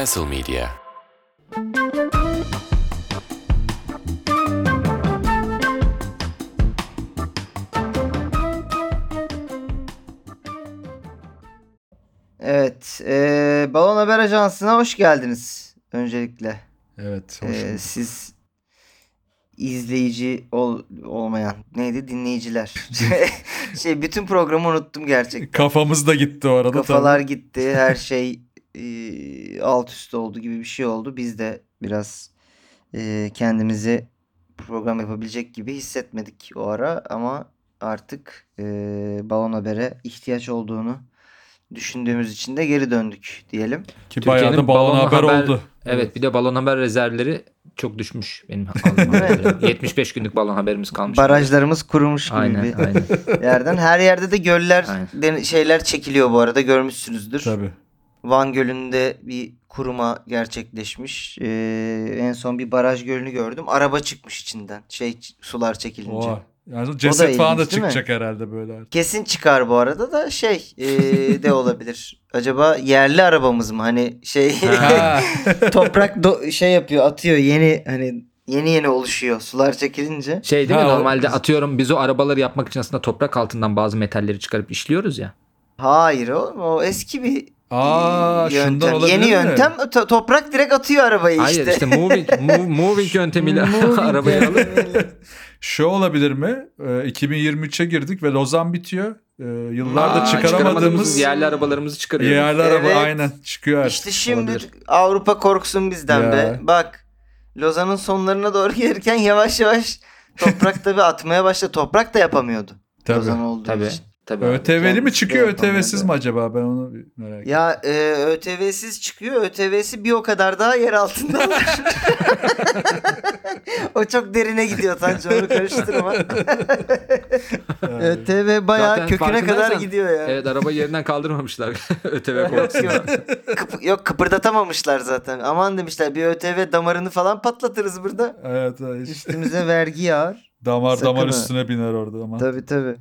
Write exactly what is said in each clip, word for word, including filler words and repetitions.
Castle Media. Evet, e, Balon Haber Ajansı'na hoş geldiniz öncelikle. Evet, hoş E, bulduk. siz izleyici ol, olmayan, neydi dinleyiciler. şey bütün programı unuttum gerçekten. Kafamız da gitti o arada. Kafalar tabii. gitti, her şey e, alt üst oldu gibi bir şey oldu. Biz de biraz e, kendimizi program yapabilecek gibi hissetmedik o ara ama artık e, Balon Haber'e ihtiyaç olduğunu düşündüğümüz için de geri döndük diyelim. Ki bayağı da balon haber, haber oldu. Evet, evet, bir de balon haber rezervleri çok düşmüş benim aldığım. yetmiş beş günlük balon haberimiz kalmış. Barajlarımız kurumuş gibi aynen, bir aynen. yerden. Her yerde de göller aynen. şeyler çekiliyor bu arada, görmüşsünüzdür. Tabii. Van Gölü'nde bir kuruma gerçekleşmiş. Ee, en son bir baraj gölünü gördüm. Araba çıkmış içinden. Şey sular çekilince. Oha. Yani ceset da falan da ilginç, çıkacak herhalde böyle artık. Kesin çıkar bu arada da şey ee, de olabilir. Acaba yerli arabamız mı? Hani şey toprak do- şey yapıyor, atıyor yeni hani yeni yeni oluşuyor sular çekilince. Şey değil ha, mi? Normalde o... atıyorum biz o arabaları yapmak için aslında toprak altından bazı metalleri çıkarıp işliyoruz ya. Hayır oğlum, o eski bir Aa, yöntem. Yeni mi? yöntem to- toprak direkt atıyor arabayı Hayır, işte. Hayır işte moving, move, moving yöntemiyle arabayı alıp. Şu olabilir mi? Ee, iki bin yirmi üçe girdik ve Lozan bitiyor. Ee, yıllarda Aa, çıkaramadığımız yerli arabalarımızı çıkarıyoruz. Yerli evet. araba aynen çıkıyor. İşte şimdi olabilir. Avrupa korksun bizden ya. Be. Bak Lozan'ın sonlarına doğru gelirken yavaş yavaş toprak tabii atmaya başladı. Toprak da yapamıyordu. Tabii. Lozan olduğu tabii. için. Tabii ÖTV'li mi çıkıyor, ÖTV'siz mi acaba? Ben onu merak ediyorum. Ya e, ÖTV'siz çıkıyor. ÖTV'si bir o kadar daha yer altında var. O çok derine gidiyor Tanju, onu karıştırma. ÖTV bayağı zaten köküne kadar gidiyor ya. Evet, arabayı yerinden kaldırmamışlar ÖTV korkusunda. yok, yok. Kıp- yok kıpırdatamamışlar zaten. Aman demişler, bir ÖTV damarını falan patlatırız burada. Evet, evet. Üstümüze vergi yağar. Damar Sakın damar ha. üstüne biner orada ama. Tabii tabii.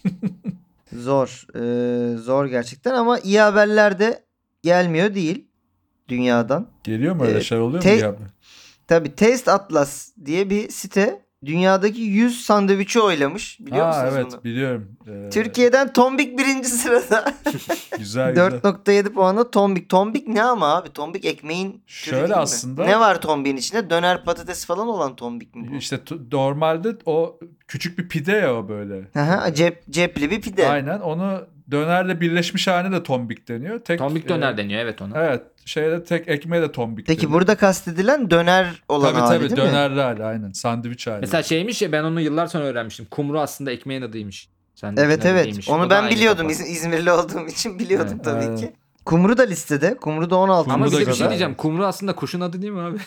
Zor. Ee, zor gerçekten ama iyi haberler de gelmiyor değil dünyadan. Geliyor mu öyle ee, şey oluyor te- mu ya? Tabii Taste Atlas diye bir site dünyadaki yüz sandviçi oylamış. Biliyor ha, musunuz evet, bunu? Evet biliyorum. Ee... Türkiye'den Tombik birinci sırada. Güzel dört nokta yedi puanla Tombik. Tombik ne ama abi? Tombik ekmeğin şöyle aslında. Mi? Ne var Tombik'in içinde? Döner patates falan olan Tombik mi bu? İşte t- normalde o küçük bir pide ya o böyle. Aha, cep, cepli bir pide. Aynen, onu dönerle birleşmiş haline de tombik deniyor. Tek, tombik döner e, deniyor evet ona. Evet, şeyde tek ekmeğe de tombik Peki deniyor. burada kastedilen döner olan tabii, hali tabii, değil mi? Dönerli hali aynen, sandviç hali. Mesela şeymiş ya, ben onu yıllar sonra öğrenmiştim. Kumru aslında ekmeğin adıymış. Sandviçin evet evet adıymış. onu o ben biliyordum İz- İzmirli olduğum için biliyordum evet, tabii aynen. ki. Kumru da listede. Kumru da on altı. Ama bir de bir şey kadar. diyeceğim. Kumru aslında kuşun adı değil mi abi?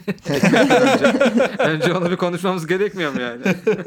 önce, önce onu bir konuşmamız gerekmiyor mu yani?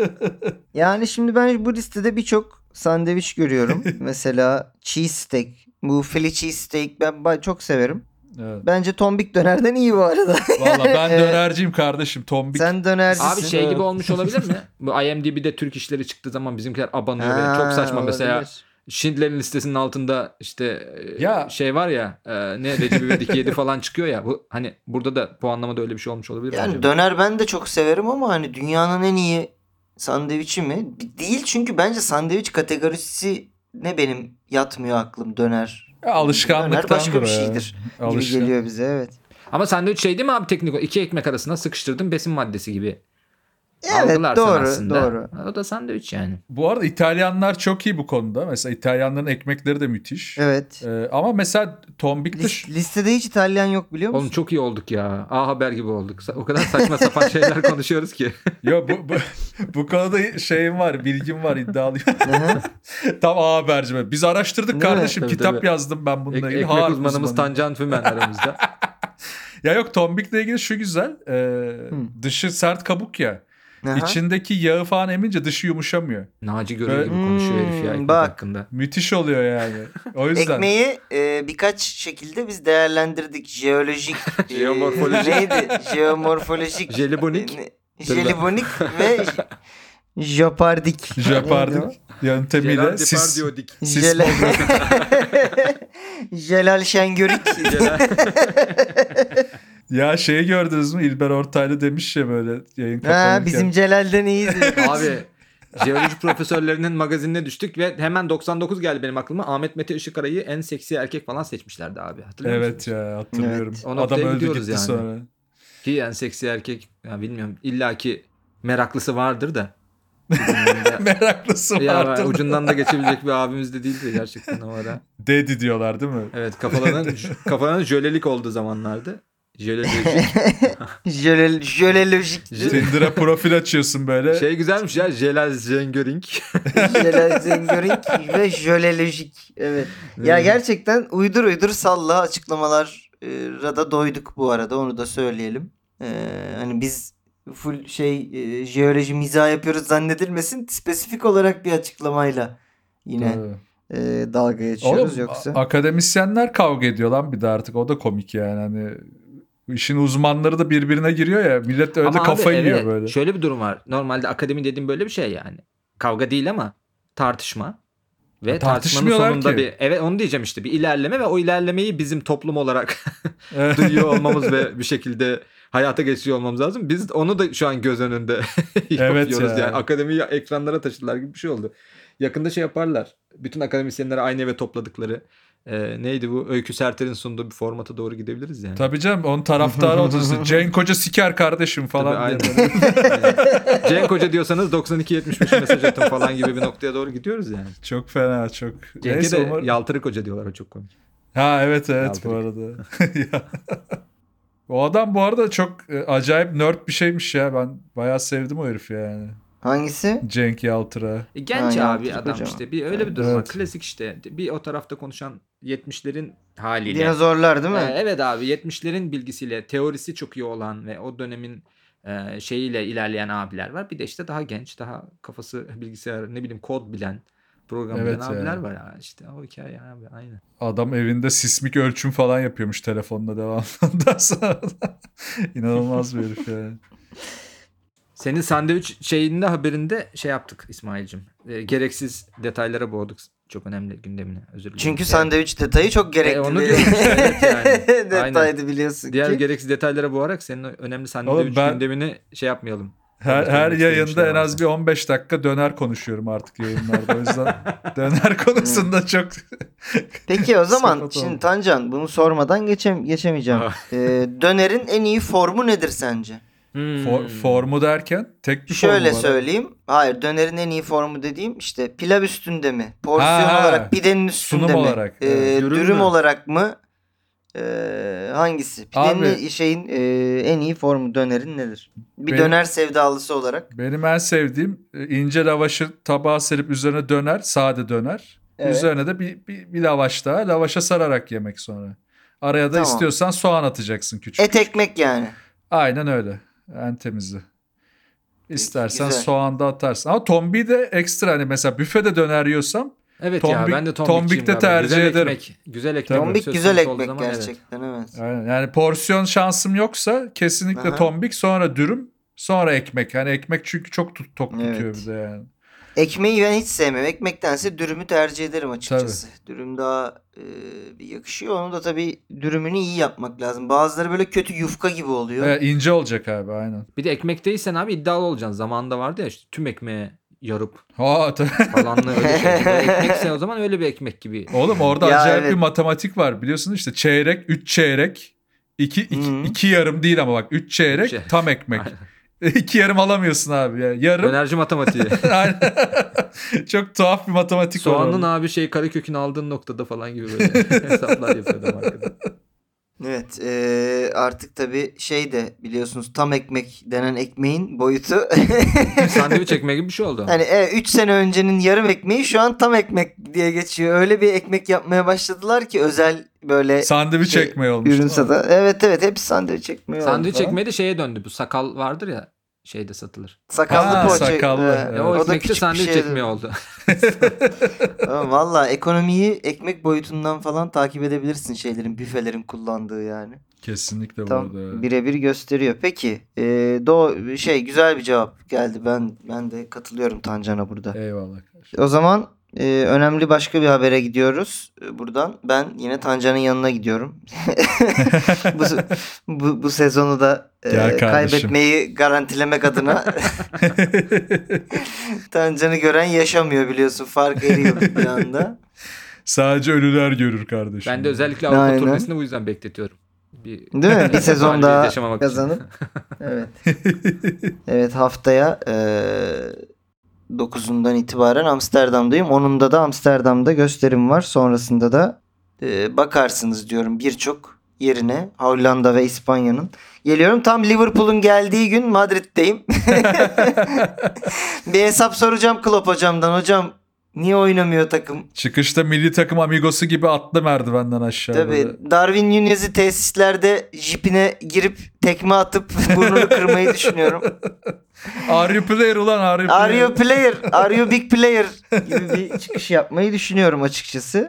Yani şimdi ben bu listede birçok sandviç görüyorum. Mesela cheese steak. Bu Philly cheese steak ben çok severim. Evet. Bence tombik dönerden iyi bu arada. Valla ben dönerciyim kardeşim, tombik. Sen dönercisin. Abi şey gibi olmuş olabilir mi? Bu I M D B'de Türk işleri çıktığı zaman bizimkiler abanıyor ha, böyle. Çok saçma olabilir. Mesela Schindler'in listesinin altında işte ya, şey var ya e, ne Recep İvedik yedi falan çıkıyor ya. Bu hani burada da puanlamada öyle bir şey olmuş olabilir mi? Yani acaba? Döner ben de çok severim ama hani dünyanın en iyi sandviçi mi? Değil, çünkü bence sandviç kategorisi ne benim yatmıyor aklım döner. Ya, alışkanlıktandır. Döner başka bir şeydir ya. Gibi Alışkan. geliyor bize, evet. Ama sandviç şey değil mi abi, teknik o? İki ekmek arasına sıkıştırdım besin maddesi gibi. Evet, doğru doğru. O da sandviç yani. Bu arada İtalyanlar çok iyi bu konuda. Mesela İtalyanların ekmekleri de müthiş. Evet. Ee, ama mesela tombik List, listede hiç İtalyan yok, biliyor musun? Oğlum çok iyi olduk ya. A Haber gibi olduk. O kadar saçma sapan şeyler konuşuyoruz ki. Yo bu, bu, bu konuda şeyim var, bilgim var, iddialıyım. Tam A Haberci. Biz araştırdık değil kardeşim. Tabii, Kitap tabii. yazdım ben bununla ilgili. Ek, ekmek uzmanımız Tancan Fümen aramızda. Ya yok, tombikle ilgili şu güzel. Ee, dışı sert kabuk ya. Aha. İçindeki yağı falan emince dışı yumuşamıyor. Naci Görür gibi konuşuyor herif ya ekmek bak, hakkında. Müthiş oluyor yani. O yüzden. Ekmeği e, birkaç şekilde biz değerlendirdik. Jeolojik. Jeomorfolojik. Neydi? Jeomorfolojik. Jelibonik. Jelibonik ve jeopardik. Jeopardik yöntemiyle sis, sismografi. Celal Şengörük. Ya şeyi gördünüz mü? İlber Ortaylı demiş ya böyle yayın kapanırken. Ha, bizim Celal'den iyiyiz. Abi jeoloji profesörlerinin magazinine düştük ve hemen doksan dokuz geldi benim aklıma. Ahmet Mete Işıkara'yı en seksi erkek falan seçmişlerdi abi. Hatırlıyor Evet musunuz? ya hatırlıyorum. Evet. O Adam noktaya öldü gidiyoruz gitti yani. sonra. Ki en seksi erkek ya bilmiyorum illaki meraklısı vardır da. Meraklısı Ya vardı. ucundan da geçebilecek bir abimiz de değildi gerçekten o ara. Dedi diyorlar değil mi? Evet kafalarının kafalarının jölelik olduğu zamanlardı. Jölelojik. Jöle, jölelojik. Tinder'a profil açıyorsun böyle. Şey güzelmiş ya. Jelal Zengöring. Jelal Zengörink ve jölelojik. Evet. Ya gerçekten uydur uydur salla açıklamalara da doyduk bu arada. Onu da söyleyelim. Ee, hani biz full şey e, jeoloji mizah yapıyoruz zannedilmesin. Spesifik olarak bir açıklamayla yine e, dalga geçiyoruz. Oğlum, yoksa. a- akademisyenler kavga ediyor lan bir de artık. O da komik yani. Hani işin uzmanları da birbirine giriyor ya. Millet öyle ama kafayı abi, yiyor evet, böyle. Şöyle bir durum var. Normalde akademi dediğim böyle bir şey yani. Kavga değil ama tartışma. Ve Ya tartışmanın tartışmıyorlar sonunda ki. bir evet onu diyeceğim işte bir ilerleme ve o ilerlemeyi bizim toplum olarak duyuyor olmamız ve bir şekilde hayata geçiriyor olmamız lazım. Biz onu da şu an göz önünde yapıyoruz ya. yani. Akademiyi ekranlara taşıdılar gibi bir şey oldu. Yakında şey yaparlar. Bütün akademisyenleri aynı eve topladıkları. Ee, neydi bu? Öykü Serter'in sunduğu bir formata doğru gidebiliriz yani. Tabii canım onun taraftarı olacaksın. Cenk Hoca siker kardeşim falan. Tabii, aynen. diye. Aynen. Cenk Hoca diyorsanız doksan iki yetmiş beş mesaj atın falan gibi bir noktaya doğru gidiyoruz yani. Çok fena çok. Cenk'e Neyse, de umarım- Yaltırık Hoca diyorlar o çok komik. Ha evet evet Yaltırık. bu arada. Ya. O adam bu arada çok e, acayip nerd bir şeymiş ya. Ben bayağı sevdim o herifi yani. Hangisi? Cenk Yaltır'a. E, genç Ha, abi Yaltırık adam Hoca. işte. Bir öyle bir durum var. Evet. Klasik işte. Bir o tarafta konuşan yetmişlerin haliyle. Dinozorlar değil mi? Ee, evet abi yetmişlerin bilgisiyle teorisi çok iyi olan ve o dönemin e, şeyiyle ilerleyen abiler var. Bir de işte daha genç, daha kafası bilgisayar ne bileyim kod bilen, program Evet bilen ya. abiler var ya. İşte o hikaye abi aynı. Adam evinde sismik ölçüm falan yapıyormuş telefonla devam. Ondan sonra da inanılmaz bir herif yani. Senin sandviç şeyinde haberinde şey yaptık İsmail'cim. E, gereksiz detaylara boğduk. Çok önemli gündemine. Özür dilerim. Çünkü Diğer- sandviç detayı çok gerekli. E, onu diyorum işte, evet yani. Detaydı Aynen. biliyorsun Diğer ki. gereksiz detaylara boğarak senin o önemli sandviç Oğlum ben- gündemini şey yapmayalım. Her, Tabii her söylemek istediğim yayında şey en az varsa. bir on beş dakika döner konuşuyorum artık yayınlarda. O yüzden döner konusunda çok... Peki o zaman Sakat şimdi oldu. Tancan bunu sormadan geçem geçemeyeceğim. Ee, dönerin en iyi formu nedir sence? Hmm. For- formu derken tek bir Şöyle formu var. söyleyeyim. Hayır, dönerin en iyi formu dediğim işte pilav üstünde mi? Porsiyon Ha, ha. olarak pidenin üstünde Sunum mi? olarak, Ee, evet. Dürüm dürüm mü? olarak mı? Ee, hangisi? Pidenin Abi- şeyin e, en iyi formu dönerin nedir? Bir Benim- döner sevdalısı olarak. Benim en sevdiğim e, ince lavaşı tabağa serip üzerine döner, sade döner. Evet. Üzerine de bir, bir, bir lavaş daha, lavaşa sararak yemek sonra. Araya da Tamam. istiyorsan soğan atacaksın küçük. Et ekmek yani. Aynen öyle. En temizi. İstersen Güzel. soğan da atarsın. Ama tombi de ekstra hani mesela büfede döner yiyorsam Evet Tombik- ya ben de tombikçiyim tombik de galiba. tercih güzel ederim. Ekmek, güzel ekmek. Tombik söz güzel konusu olduğu ekmek zaman evet. gerçekten evet. aynen. Yani porsiyon şansım yoksa kesinlikle Aha. tombik, sonra dürüm, sonra ekmek. Hani ekmek çünkü çok tut, tok tutuyor Evet. bir de yani. Ekmeği ben hiç sevmem. Ekmektense dürümü tercih ederim açıkçası. Dürüm daha e, bir yakışıyor. Onu da tabii dürümünü iyi yapmak lazım. Bazıları böyle kötü yufka gibi oluyor. Evet, ince olacak abi aynen. Bir de ekmek değilsen abi iddialı olacaksın. Zamanında vardı ya işte tüm ekmeğe yarıp Ha, tabii. falanla öyle şey. Ekmekse o zaman öyle bir ekmek gibi. Oğlum orada Ya acayip evet. bir matematik var. Biliyorsun işte çeyrek, üç çeyrek, iki, iki, Hı. iki yarım değil ama bak üç çeyrek Üç- tam ekmek. Aynen. iki yarım alamıyorsun abi ya. Yarım. Dönerci matematiği. Aynen. Çok tuhaf bir matematik var. Soğanın orada. abi şey karekökünü aldığın noktada falan gibi böyle hesaplar yapıyordum arkada. Evet, e, artık tabii şey de biliyorsunuz tam ekmek denen ekmeğin boyutu. Sandviç ekmeği gibi bir şey oldu. Hani üç sene öncenin yarım ekmeği şu an tam ekmek diye geçiyor. Öyle bir ekmek yapmaya başladılar ki özel böyle Sandviç şey, ekmeği olmuş. ürün değil mi? sata. Evet evet hepsi sandviç ekmeği oldu Sandviç falan. ekmeği de şeye döndü. Bu sakal vardır ya şeyde satılır. Sakallı Ha, poğaça. sakallı, e, evet. Ya o, o da ekmek de küçük bir sandviç şey. ekmeği oldu. Ama Valla ekonomiyi ekmek boyutundan falan takip edebilirsin şeylerin, büfelerin kullandığı yani. Kesinlikle bu Tam arada. birebir gösteriyor. Peki, e, do şey güzel bir cevap geldi. Ben ben de katılıyorum Tancan'a burada. Eyvallah. O zaman e, önemli başka bir habere gidiyoruz e, buradan. Ben yine Tancan'ın yanına gidiyorum. bu, bu, bu sezonu da e, kaybetmeyi garantilemek adına Tancan'ı gören yaşamıyor biliyorsun. Fark eriyor bir anda. Sadece ölüler görür kardeşim. Ben de özellikle Avrupa Aynen. turnesini bu yüzden bekletiyorum. Bir, Değil mi? Bir sezon daha kazanıp. Evet. Evet, haftaya e, dokuzundan itibaren Amsterdam'dayım. Onunda da Amsterdam'da gösterim var. Sonrasında da e, bakarsınız diyorum birçok yerine Hollanda ve İspanya'nın. Geliyorum tam Liverpool'un geldiği gün Madrid'deyim. Bir hesap soracağım Klopp hocamdan. Hocam niye oynamıyor takım? Çıkışta milli takım amigosu gibi atlı merdivenden aşağı. Tabii böyle. Darwin Nunez'i tesislerde jipine girip tekme atıp burnunu kırmayı düşünüyorum. Are you player ulan? Are you player? Are you player? Are you big player? Gibi bir çıkış yapmayı düşünüyorum açıkçası.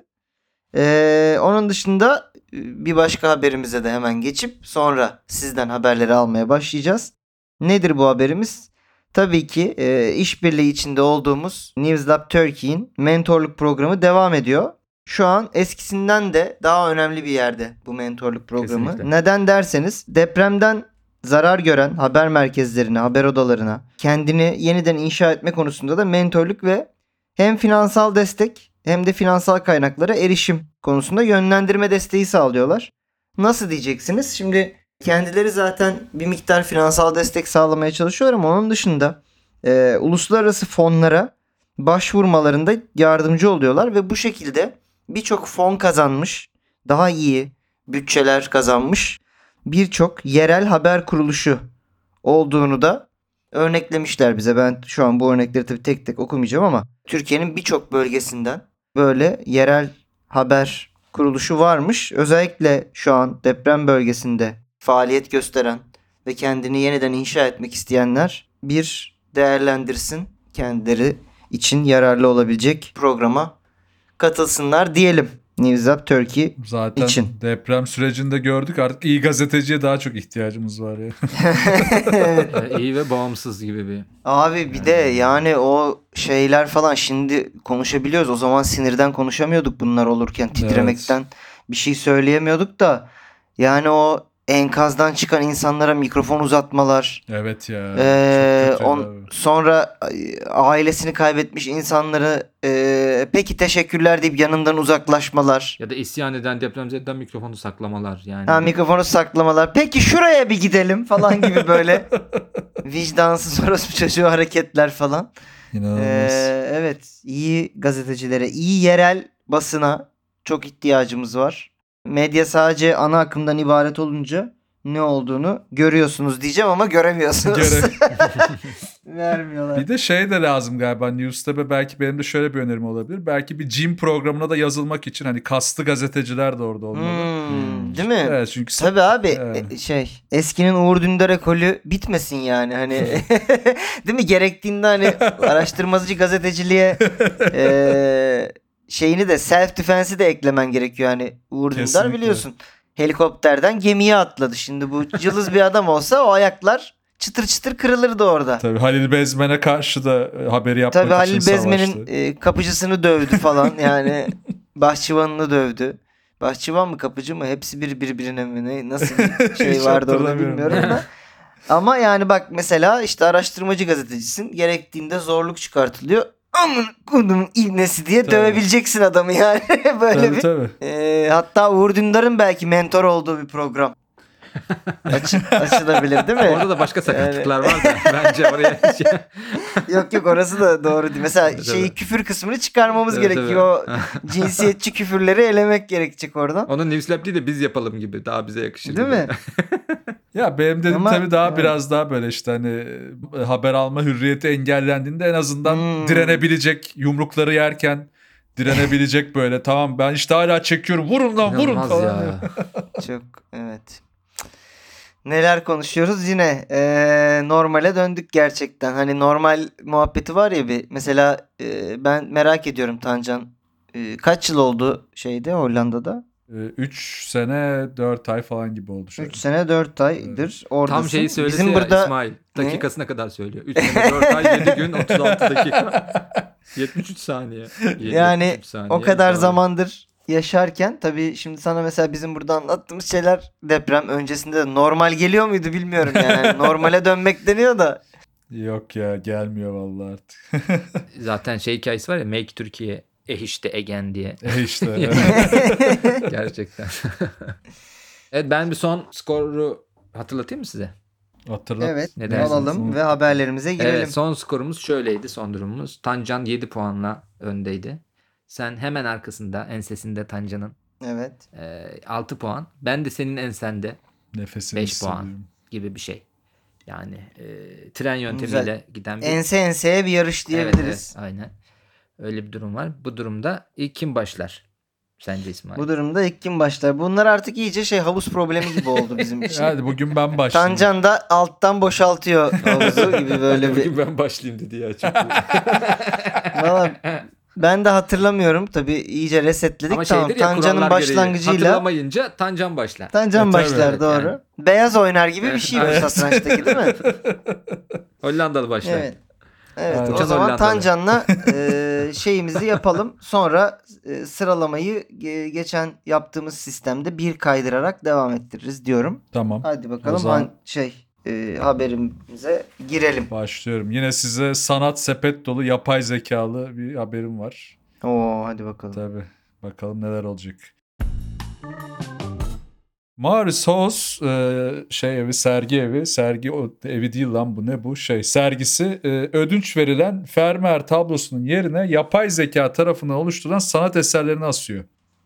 Ee, onun dışında bir başka haberimize de hemen geçip sonra sizden haberleri almaya başlayacağız. Nedir bu haberimiz? Tabii ki e, işbirliği içinde olduğumuz Newslab Turkey'in mentorluk programı devam ediyor. Şu an eskisinden de daha önemli bir yerde bu mentorluk programı. Kesinlikle. Neden derseniz depremden zarar gören haber merkezlerine, haber odalarına kendini yeniden inşa etme konusunda da mentorluk ve hem finansal destek hem de finansal kaynaklara erişim konusunda yönlendirme desteği sağlıyorlar. Nasıl diyeceksiniz? Şimdi kendileri zaten bir miktar finansal destek sağlamaya çalışıyor ama onun dışında e, uluslararası fonlara başvurmalarında yardımcı oluyorlar ve bu şekilde birçok fon kazanmış, daha iyi bütçeler kazanmış birçok yerel haber kuruluşu olduğunu da örneklemişler bize. Ben şu an bu örnekleri tabii tek tek okumayacağım ama Türkiye'nin birçok bölgesinden böyle yerel haber kuruluşu varmış. Özellikle şu an deprem bölgesinde faaliyet gösteren ve kendini yeniden inşa etmek isteyenler bir değerlendirsin. Kendileri için yararlı olabilecek programa katılsınlar diyelim. Newslab Turkey Zaten için. Deprem sürecinde gördük, artık iyi gazeteciye daha çok ihtiyacımız var ya. Yani iyi ve bağımsız gibi bir. Abi bir de yani o şeyler falan şimdi konuşabiliyoruz. O zaman sinirden konuşamıyorduk bunlar olurken. Titremekten evet. Bir şey söyleyemiyorduk da yani o enkazdan çıkan insanlara mikrofon uzatmalar. Evet ya. Ee, on, sonra ailesini kaybetmiş insanları e, peki teşekkürler deyip yanından uzaklaşmalar. Ya da isyan eden depremzededen mikrofonu saklamalar yani. Ha, mikrofonu saklamalar. Peki şuraya bir gidelim falan gibi böyle vicdansız orospu çocuğu hareketler falan. İnanılmaz. Ee, evet, iyi gazetecilere, iyi yerel basına çok ihtiyacımız var. Medya sadece ana akımdan ibaret olunca ne olduğunu görüyorsunuz diyeceğim ama göremiyorsunuz. Göre- Vermiyorlar. Bir de şey de lazım galiba Newstab'e, belki benim de şöyle bir önerim olabilir. Belki bir Jim programına da yazılmak için hani kaslı gazeteciler de orada olmalı. Hmm, değil mi? Evet, çünkü tabii abi evet. şey eskinin Uğur Dündar ekolü bitmesin yani hani değil mi? Gerektiğinde hani araştırmacı gazeteciliğe e, şeyini de self defense'i de eklemen gerekiyor hani. Uğur Kesinlikle. Dündar biliyorsun helikopterden gemiye atladı. Şimdi bu cılız bir adam olsa o ayaklar çıtır çıtır kırılırdı orada. Tabii Halil Bezmen'e karşı da haberi yapmak Tabii için Halil Bezmen'in e, kapıcısını dövdü falan yani bahçıvanını dövdü. Bahçıvan mı kapıcı mı hepsi bir birbirine mi ne nasıl bir şey vardı orada bilmiyorum ama. Ama yani bak mesela işte araştırmacı gazetecisin, gerektiğinde zorluk çıkartılıyor. Amın kudumun ibnesi diye tabii. Dövebileceksin adamı yani. Böyle tabii, bir. Tabii. E, hatta Uğur Dündar'ın belki mentor olduğu bir program. Aç, açılabilir değil mi? Orada da başka sakatlıklar yani... var da bence oraya. Yok yok orası da doğru değil. Mesela evet, şeyi evet. küfür kısmını çıkarmamız evet, gerekiyor. Evet. O cinsiyetçi küfürleri elemek gerekecek oradan. Onu Newslab değil de biz yapalım gibi. Daha bize yakışır değil gibi. mi? Ya benim dedim Ama, tabii daha evet. biraz daha böyle işte hani haber alma hürriyeti engellendiğinde en azından hmm. direnebilecek, yumrukları yerken direnebilecek böyle tamam ben işte hala çekiyorum vurun lan vurun falan. Ya. Çok evet. Neler konuşuyoruz yine ee, normale döndük gerçekten. Hani normal muhabbeti var ya bir mesela e, ben merak ediyorum Tancan e, kaç yıl oldu şeyde Hollanda'da? üç sene dört ay falan gibi oldu. üç sene dört aydır evet. Oradasın. Tam şeyi söylese Bizim ya burada... İsmail dakikasına ne? kadar söylüyor. üç sene dört ay yedi gün otuz altı dakika. yetmiş üç saniye. Yani yetmiş üç saniye o kadar doğru. zamandır yaşarken tabii şimdi sana mesela bizim burada anlattığımız şeyler deprem öncesinde de normal geliyor muydu bilmiyorum yani. Yani normale dönmek deniyor da. Yok ya, gelmiyor vallahi artık. Zaten şey hikayesi var ya, Make Türkiye eh işte again diye. E işte. Gerçekten. Evet, ben bir son skoru hatırlatayım mı size? Hatırlat. Evet, Ne dersiniz? alalım ve haberlerimize girelim. Evet, son skorumuz şöyleydi, son durumumuz. Tancan yedi puanla öndeydi. Sen hemen arkasında, ensesinde Tancan'ın Evet. e, altı puan. Ben de senin ensende Nefesini beş puan hissediyorum. gibi bir şey. Yani e, tren yöntemiyle Güzel. giden bir... Ense enseye bir yarış diyebiliriz. Evet, evet, aynen. Öyle bir durum var. Bu durumda ilk kim başlar? Sence İsmail? Bu durumda ilk kim başlar? Bunlar artık iyice şey havuz problemi gibi oldu bizim için. Hadi bugün ben başlayayım. Tancan da alttan boşaltıyor havuzu gibi böyle bir. Bugün ben başlayayım dedi ya. Çok iyi. Valla ben de hatırlamıyorum. Tabii iyice resetledik. Ama Tamam. şeydir ya, Tancan'ın kurallar başlangıcıyla gereği hatırlamayınca Tancan başlar. Tancan E, tabii. başlar Evet, doğru. yani. Beyaz oynar gibi bir şey bu Evet. satrançtaki değil mi? Hollandalı başlar. Evet. Evet, Aynen. o Can zaman Hollandalı. Tancan'la e, şeyimizi yapalım. Sonra e, sıralamayı ge- geçen yaptığımız sistemde bir kaydırarak devam ettiririz diyorum. Tamam. Hadi bakalım O zaman- han- şey e, haberimize girelim. Başlıyorum. Yine size sanat sepet dolu yapay zekalı bir haberim var. Oo hadi bakalım. Tabii. Bakalım neler olacak. Marius Hauss e, şey evi, sergi evi, sergi o, evi değil lan bu, ne bu şey sergisi e, ödünç verilen Vermeer tablosunun yerine yapay zeka tarafından oluşturulan sanat eserlerini asıyor.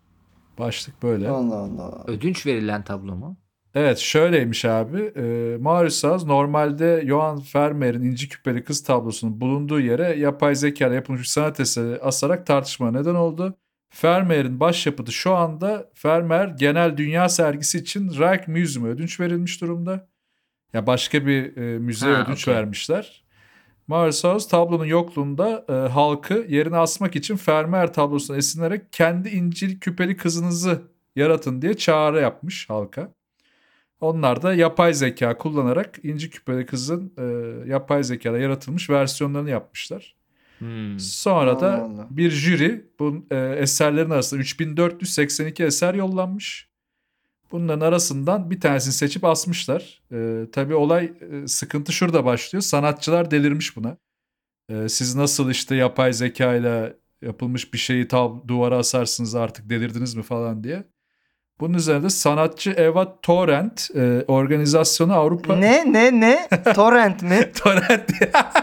Başlık böyle. Allah Allah. Ödünç verilen tablo mu? Evet, şöyleymiş abi. E, Marius Hauss normalde Johann Vermeer'in İnci Küpeli Kız tablosunun bulunduğu yere yapay zeka ile yapılmış bir sanat eseri asarak tartışmaya neden oldu. Vermeer'in başyapıtı şu anda Vermeer Genel Dünya Sergisi için Rijksmuseum'a ödünç verilmiş durumda. Ya başka bir e, müzeye Ha, ödünç okey. vermişler. Marius Hauss tablonun yokluğunda e, halkı yerine asmak için Vermeer tablosuna esinlenerek kendi İncil Küpeli Kızınızı yaratın diye çağrı yapmış halka. Onlar da yapay zeka kullanarak İnci Küpeli Kız'ın e, yapay zekada yaratılmış versiyonlarını yapmışlar. Hmm. Sonra da Allah Allah. bir jüri bu e, eserlerin arasında üç bin dört yüz seksen iki eser yollanmış. Bunların arasından bir tanesini seçip asmışlar. E, tabii olay e, sıkıntı şurada başlıyor. Sanatçılar delirmiş buna. E, siz nasıl işte yapay zeka ile yapılmış bir şeyi tab- duvara asarsınız, artık delirdiniz mi falan diye. Bunun üzerine de sanatçı Eva Torrent e, organizasyonu Avrupa... Ne ne ne? Torrent mi? Torrent.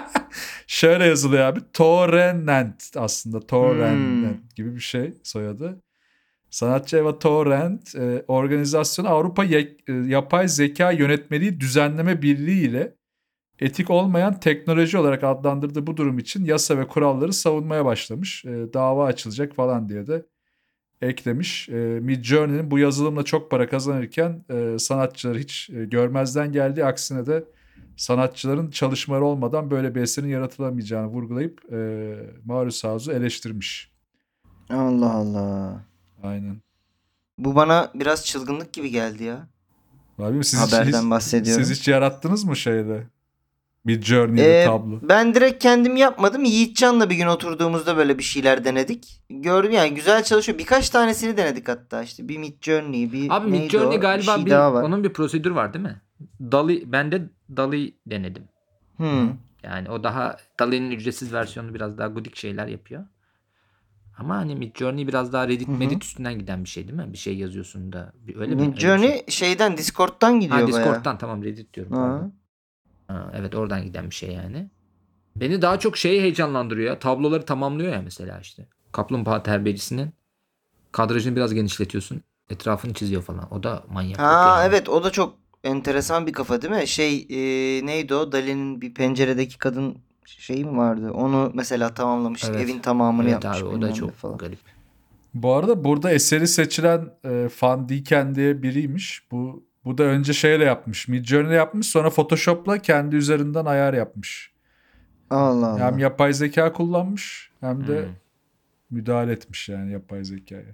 Şöyle yazılıyor abi. Torrent aslında. Torrent Hmm. gibi bir şey soyadı. Sanatçı Eva Torrent e, organizasyonu Avrupa Ye- e, Yapay Zeka Yönetmeliği Düzenleme Birliği ile etik olmayan teknoloji olarak adlandırdığı bu durum için yasa ve kuralları savunmaya başlamış. E, dava açılacak falan diye de eklemiş. E, Midjourney'nin bu yazılımla çok para kazanırken e, sanatçıları hiç e, görmezden geldiği, aksine de sanatçıların çalışmaları olmadan böyle bir eserin yaratılamayacağını vurgulayıp e, Marius Hauss'u eleştirmiş. Allah Allah. Aynen. Bu bana biraz çılgınlık gibi geldi ya. Abi siz Haberden hiç, bahsediyorum. Siz hiç yarattınız mı şeyde? Midjourney'de Ee, tablo. ben direkt kendim yapmadım. Yiğitcan'la bir gün oturduğumuzda böyle bir şeyler denedik. Gördüm yani güzel çalışıyor. Birkaç tanesini denedik hatta işte. Bir Midjourney, bir Abi neydi Midjourney o? galiba bir şey bir, daha var. onun bir prosedür var değil mi? Dali, ben de Dali denedim. Hmm. Yani o daha, Dali'nin ücretsiz versiyonu biraz daha gudik şeyler yapıyor. Ama hani Midjourney biraz daha Reddit, Hı hı. Medit üstünden giden bir şey değil mi? Bir şey yazıyorsun da. Bir, öyle mi? Öyle bir Midjourney şey. şeyden Discord'dan gidiyor Ha, bayağı. Discord'dan, tamam, Reddit diyorum. Ha. Pardon. Ha, evet, oradan giden bir şey yani. Beni daha çok şeyi heyecanlandırıyor ya. Tabloları tamamlıyor ya mesela işte. Kaplumbağa terbiyecisinin kadrajını biraz genişletiyorsun. Etrafını çiziyor falan. O da manyak. Ha yani. evet, o da çok enteresan bir kafa değil mi? Şey e, neydi o? Dali'nin bir penceredeki kadın şeyi mi vardı? Onu mesela tamamlamıştık. Evet. Evin tamamını Evet yapmış. abi, o bilmem da ne çok falan. garip. Bu arada burada eseri seçilen e, Van Dieken diye biriymiş. Bu bu da önce şeyle yapmış. Midjourney yapmış, sonra Photoshop'la kendi üzerinden ayar yapmış. Allah Allah. Hem yapay zeka kullanmış hem de Hmm. müdahale etmiş yani yapay zekaya.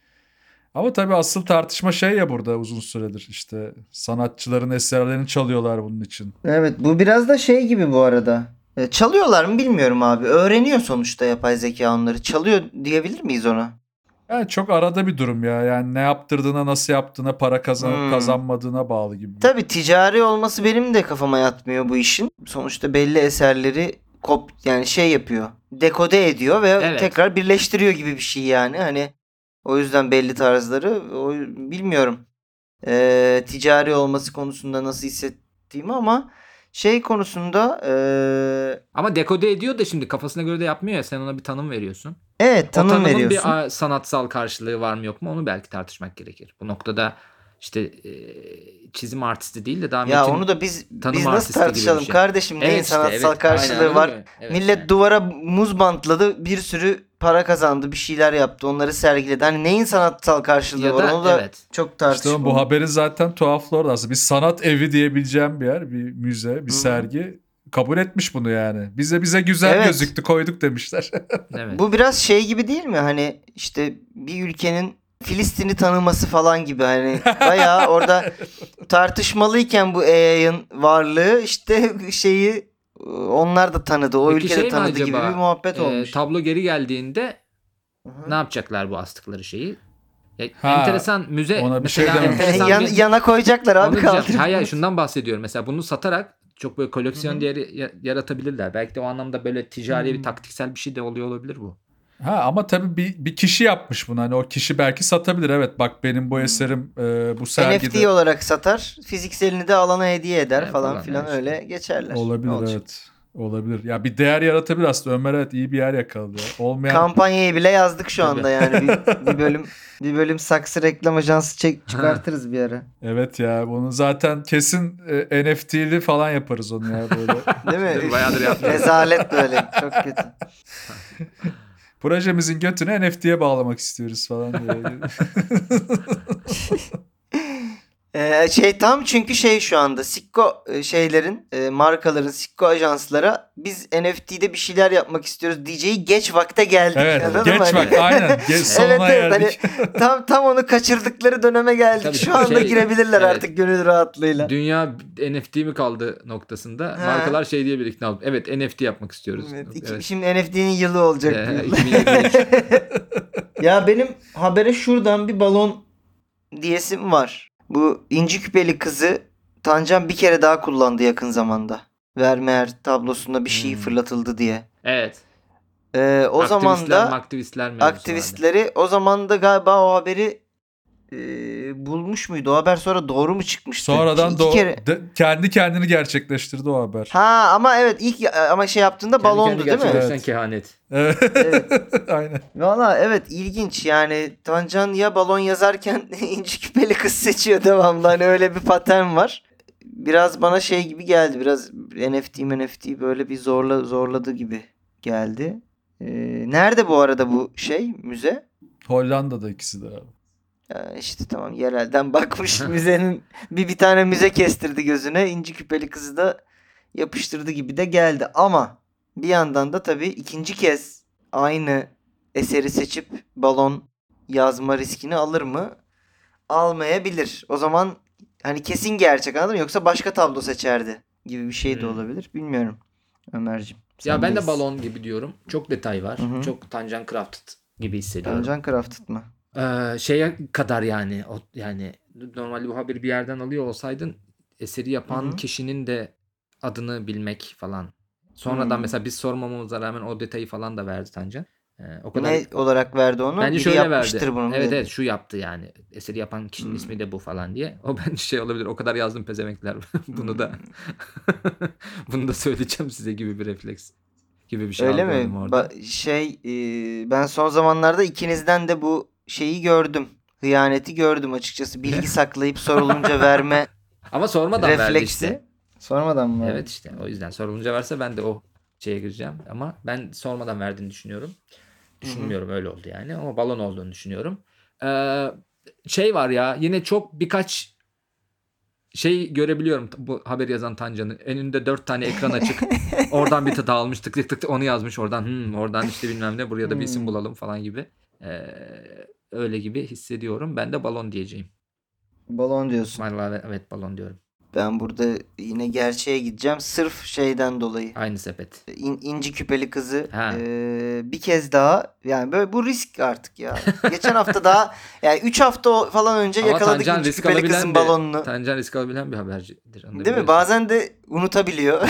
Ama tabii asıl tartışma şey ya, burada uzun süredir işte sanatçıların eserlerini çalıyorlar bunun için. Evet, bu biraz da şey gibi bu arada. E, çalıyorlar mı bilmiyorum abi. Öğreniyor sonuçta yapay zeka onları. Çalıyor diyebilir miyiz ona? Yani çok arada bir durum ya. Yani ne yaptırdığına, nasıl yaptığına, para kazanıp Hmm. kazanmadığına bağlı gibi. Tabii ticari olması benim de kafama yatmıyor bu işin. Sonuçta belli eserleri kop yani şey yapıyor. Dekode ediyor ve Evet. tekrar birleştiriyor gibi bir şey yani. Hani o yüzden belli tarzları o, bilmiyorum. Ee, ticari olması konusunda nasıl hissettiğimi ama şey konusunda ee... ama dekode ediyor da şimdi kafasına göre de yapmıyor ya, sen ona bir tanım veriyorsun. Evet, tanım o tanımın veriyorsun. bir a, sanatsal karşılığı var mı yok mu onu belki tartışmak gerekir. Bu noktada işte e, çizim artisti değil de daha ya metin onu da biz tanım biz nasıl artisti gibi bir tartışalım şey. kardeşim, neyin Evet işte, sanatsal evet. karşılığı Aynen, var. anladın mı? Evet, Millet yani. duvara muz bantladı, bir sürü para kazandı, bir şeyler yaptı, onları sergiledi. Hani neyin sanatsal karşılığı Ya var da onu da evet. çok İşte tartışmalı. bu haberin zaten tuhaflığı orada aslında. Bir sanat evi diyebileceğim bir yer, bir müze, bir Hı-hı. sergi kabul etmiş bunu yani. Bize bize güzel Evet. gözüktü, koyduk demişler. Evet. Bu biraz şey gibi değil mi? Hani işte bir ülkenin Filistin'i tanıması falan gibi, hani bayağı orada tartışmalıyken bu A I'ın varlığı işte şeyi onlar da tanıdı, o Peki ülkede şey mi tanıdı gibi acaba, bir muhabbet e, olmuş. tablo geri geldiğinde Hı-hı. ne yapacaklar bu astıkları şeyi? Ya, Ha, enteresan müze ona bir şey mesela dememiş. enteresan Yan, bir yana koyacaklar abi, onu diyeceğim. kaldırıp. Hayır hayır, şundan bahsediyorum. Mesela bunu satarak çok böyle koleksiyon Hı hı. değeri ya- yaratabilirler. Belki de o anlamda böyle ticari Hmm. bir taktiksel bir şey de oluyor olabilir bu. Ha ama tabii bir, bir kişi yapmış bunu. Hani o kişi belki satabilir. Evet bak benim bu Hmm. eserim e, bu N sergide. F T olarak satar, fizikselini de alana hediye eder E, falan falan, filan, evet işte. öyle geçerler. Ne Olabilir olacak? evet. Olabilir. Ya bir değer yaratabilir aslında. Ömer evet iyi bir yer yakaladı. Ya. Olmayan Kampanyayı bile yazdık şu Tabii. anda yani. Bir, bir bölüm bir bölüm saksı reklam ajansı çek, çıkartırız bir ara. evet ya bunu zaten kesin e, N F T'li falan yaparız onu ya böyle. Değil mi? Değil mi? Bayağıdır yapmıyoruz. Rezalet böyle. Çok kötü. Projemizin götünü N F T'ye bağlamak istiyoruz falan diye. Ee, şey tam çünkü şey şu anda Sikko e, şeylerin e, markaların Sikko ajanslara biz N F T'de bir şeyler yapmak istiyoruz diyeceği geç vakte geldik. Evet Anladın geç mı? Hani- bak aynen geç, sonuna evet evet geldik. hani tam tam onu kaçırdıkları döneme geldik. Tabii Şu anda şey, girebilirler evet. artık gönül rahatlığıyla. Dünya N F T mi kaldı noktasında Ha. markalar şey diye bir ikna oldu. Evet N F T yapmak istiyoruz. Evet, iki- Evet. Şimdi N F T'nin yılı olacak bu Ee, yıl. iki bin yirmi üç. Ya benim habere şuradan bir balon diyesim var. Bu inci küpeli kızı Tancan bir kere daha kullandı yakın zamanda. Vermeer tablosunda bir şey Hmm. fırlatıldı diye. Evet. Ee, o zaman Aktivistler, da aktivistler mevzusu vardı. aktivistleri o zaman da galiba o haberi e, bulmuş muydu? O haber sonra doğru mu çıkmıştı? Sonradan Şey, iki da kere... de, kendi kendini gerçekleştirdi o haber. Ha ama evet ilk ama şey yaptığında Kendi balondu kendi değil mi? gerçekleşen Evet. kehanet. Evet. Evet. Aynen. Valla evet, ilginç yani. Tancan ya balon yazarken inci küpeli kız seçiyor devamlı, hani öyle bir patern var. Biraz bana şey gibi geldi, biraz N F T N F T böyle bir zorla zorladı gibi geldi. Ee, nerede bu arada bu şey müze? Hollanda'da ikisi de abi. Ya işte tamam, yerelden bakmış müzenin bir bir tane müze kestirdi gözüne, inci küpeli kızı da yapıştırdı gibi de geldi. Ama bir yandan da tabii ikinci kez aynı eseri seçip balon yazma riskini alır mı? Almayabilir. O zaman hani kesin gerçek, anladın mı? Yoksa başka tablo seçerdi gibi bir şey de Hmm. olabilir. Bilmiyorum Ömerciğim. Ya ben de sendeyiz. balon gibi diyorum. Çok detay var. Hı hı. Çok Tancan Crafted gibi hissediyorum. Tancan Crafted mı? Ee, şeye kadar yani o, yani normalde bu haberi bir yerden alıyor olsaydın eseri yapan Hı hı. kişinin de adını bilmek falan. Sonradan Hmm. mesela biz sormamamıza rağmen o detayı falan da verdi Tancan. Ee, o kadar Ne olarak verdi onu? bence Biri şöyle yapmıştır verdi. bunu. Evet dedi. evet şu yaptı yani. Eseri yapan kişinin Hmm. ismi de bu falan diye. O bence şey olabilir. O kadar yazdım pezemekler. Bunu da bunu da söyleyeceğim size gibi bir refleks gibi bir şey Öyle mi? algıladım orada. Ba- şey e, ben son zamanlarda ikinizden de bu şeyi gördüm. Hıyaneti gördüm açıkçası. Bilgi saklayıp sorulunca verme Ama sormadan verdi refleksi. işte. Sormadan mı? Evet işte o yüzden sorulunca verse ben de o şeye gireceğim ama ben sormadan verdiğini düşünüyorum. Düşünmüyorum öyle oldu yani ama balon olduğunu düşünüyorum. Ee, şey var ya yine çok birkaç şey görebiliyorum bu haber yazan Tancan'ın. Önünde dört tane ekran açık. Oradan bir tık almış tık tık tık onu yazmış oradan hmm, oradan işte bilmem ne buraya da bir isim Hmm. bulalım falan gibi. Ee, öyle gibi hissediyorum. Ben de balon diyeceğim. Balon diyorsun. Vallahi evet balon diyorum. Ben burada yine gerçeğe gideceğim. Sırf şeyden dolayı. Aynı sepet. İn, inci küpeli kızı Ha. e, bir kez daha, yani böyle bu risk artık ya. Geçen hafta daha, yani üç hafta falan önce Ama yakaladık Tancan inci risk küpeli alabilen kızın bir, balonunu. Tancan risk alabilen bir habercidir. Onu da Değil mi? biliyorsun. Bazen de unutabiliyor.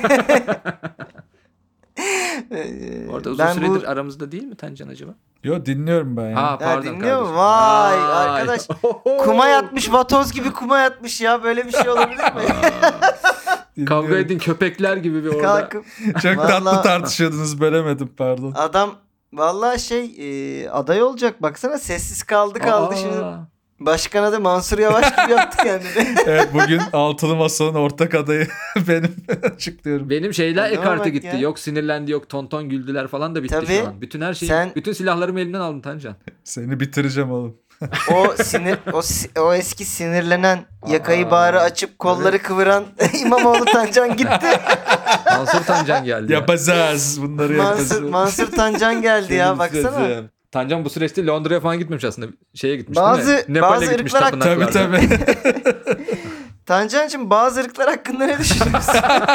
Orada uzun Ben süredir bu... aramızda değil mi Tancan acaba? Yo, dinliyorum ben ya. Ha Ya pardon dinliyor kardeşim. mu? Vay Vay. arkadaş. Kuma yatmış, vatoz gibi kuma yatmış ya. Böyle bir şey olabilir mi? Kavga Dinliyorum. edin köpekler gibi bir orada. Kalkıp Çok tatlı Vallahi- tartışıyordunuz, bölemedim, pardon. adam vallahi şey e, aday olacak, baksana sessiz kaldı kaldı Aa. şimdi. Başkana da Mansur Yavaş gibi yaptı kendini. Evet, bugün Altılı Masa'nın ortak adayı benim açıklıyorum. Benim şeyler Adama ekarta bak gitti. ya. Yok sinirlendi, yok tonton güldüler falan da bitti Tabii. şu an. Bütün her şeyi, Sen- bütün silahlarımı elimden aldın Tancan. Seni bitireceğim oğlum. O sinir o, si- o eski sinirlenen, yakayı Aa, bağrı açıp kolları kıvıran İmamoğlu Tancan gitti. Mansur Tancan geldi. ya. Yapacağız bunları, Mansur, yapacağız. Mansur Tancan geldi ya, baksana. Tancan bu süreçte Londra'ya falan gitmemiş aslında. Şeye gitmiş Bazı- değil mi? Nepal'e bazı gitmiş ırklar- Tabii tapınaklarda. tabii. Tancancığım, bazı ırklar hakkında ne düşünüyorsun?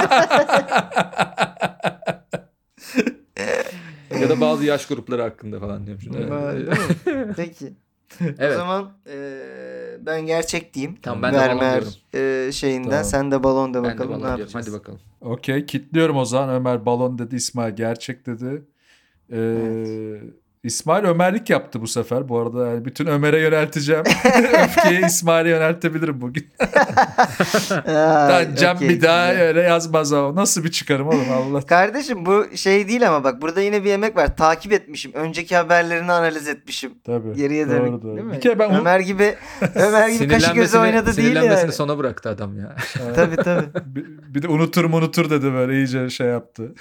Ya da bazı yaş grupları hakkında falan diyorum şimdi. Vay, değil mi? Peki. O Evet. zaman e, ben gerçek diyeyim. Tamam, ben de balon Vermeer diyorum. e, şeyinden. Tamam. Sen de balon da Ben de bakalım, balon ne diyorum. yapacağız. Hadi bakalım. Okey, kilitliyorum o zaman. Ömer balon dedi, İsmail gerçek dedi. Ee, Evet. İsmail Ömerlik yaptı bu sefer. Bu arada yani bütün Ömer'e yönelteceğim. Öfkeyi İsmail'e yöneltebilirim bugün. Aa, Tancan okey, bir daha güzel. öyle yazmaz o. Nasıl bir çıkarım oğlum, Allah. Kardeşim bu şey değil ama bak, burada yine bir emek var. Takip etmişim. Önceki haberlerini analiz etmişim. Tabii. Geriye Doğru, dönük doğru. değil mi? Bir kere ben onu- Ömer gibi Ömer gibi kaşı gözü Sinirlenmesini- oynadı değil Sinirlenmesini yani. sona bıraktı adam ya. Tabii tabii. bir, bir de unutur mu unutur dedi, böyle iyice şey yaptı.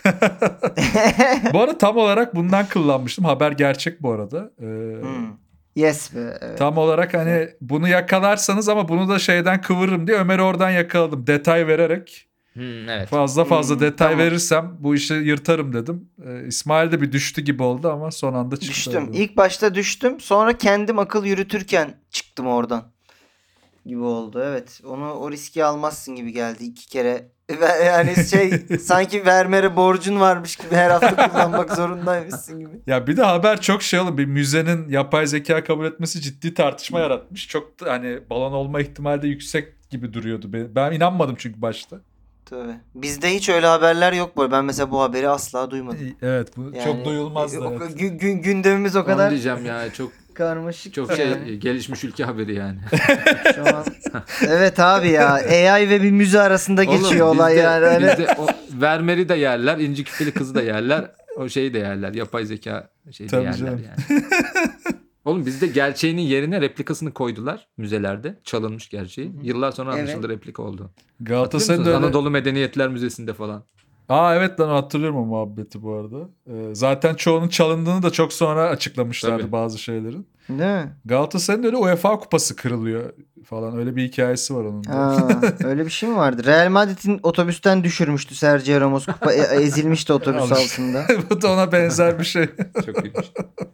Bu arada tam olarak bundan kullanmıştım. Haber gerçek bu arada. Ee, Hmm. Yes be. Evet. Tam olarak hani bunu yakalarsanız ama bunu da şeyden kıvırırım diye Ömer'i oradan yakaladım. Detay vererek. Hmm, evet. Fazla fazla Hmm, detay tamam. verirsem bu işi yırtarım dedim. Ee, İsmail de bir düştü gibi oldu ama son anda çıktı. Düştüm. öyle. İlk başta düştüm. Sonra kendim akıl yürütürken çıktım oradan. Gibi oldu. Evet. Onu, o riski almazsın gibi geldi iki kere. Ve- Yani şey sanki Vermeer'e borcun varmış gibi her hafta kullanmak zorundaymışsın gibi. Ya bir de haber çok şey oğlum. Bir müzenin yapay zeka kabul etmesi ciddi tartışma yaratmış. Çok da hani balon olma ihtimali de yüksek gibi duruyordu. Ben, ben inanmadım çünkü başta. Tabii. Bizde hiç öyle haberler yok bu. Ben mesela bu haberi asla duymadım. Evet, bu Yani, çok duyulmazdı. e, o- Evet. gü- gü- gündemimiz o Onu kadar diyeceğim ya, çok karmaşık. çok şey yani. gelişmiş ülke haberi yani. Şu an. Evet abi ya. A I ve bir müze arasında geçiyor Oğlum, olay bizde- yani. Hani- bizde o Vermeer'i de yerler, inci küpeli kızı da yerler, o şeyi de yerler, yapay zeka şeyi de Tabii yerler canım. yani. Oğlum bizde gerçeğinin yerine replikasını koydular müzelerde. Çalınmış gerçeği. Yıllar sonra Evet. anlaşıldı replika oldu. Hatırlıyor Galatasaray'ın musunuz? da öyle... Anadolu Medeniyetler Müzesi'nde falan. Aa evet lan, hatırlıyorum o muhabbeti bu arada. Ee, zaten çoğunun çalındığını da çok sonra açıklamışlardı Tabii. bazı şeylerin. Değil mi? Galatasaray'ın öyle UEFA kupası kırılıyor falan, öyle bir hikayesi var onun da. Ha, öyle bir şey mi vardı? Real Madrid'in otobüsten düşürmüştü Sergio Ramos. Kupa, e- ezilmişti otobüs Al işte. altında. Bu da ona benzer bir şey. Çok iyiymiş.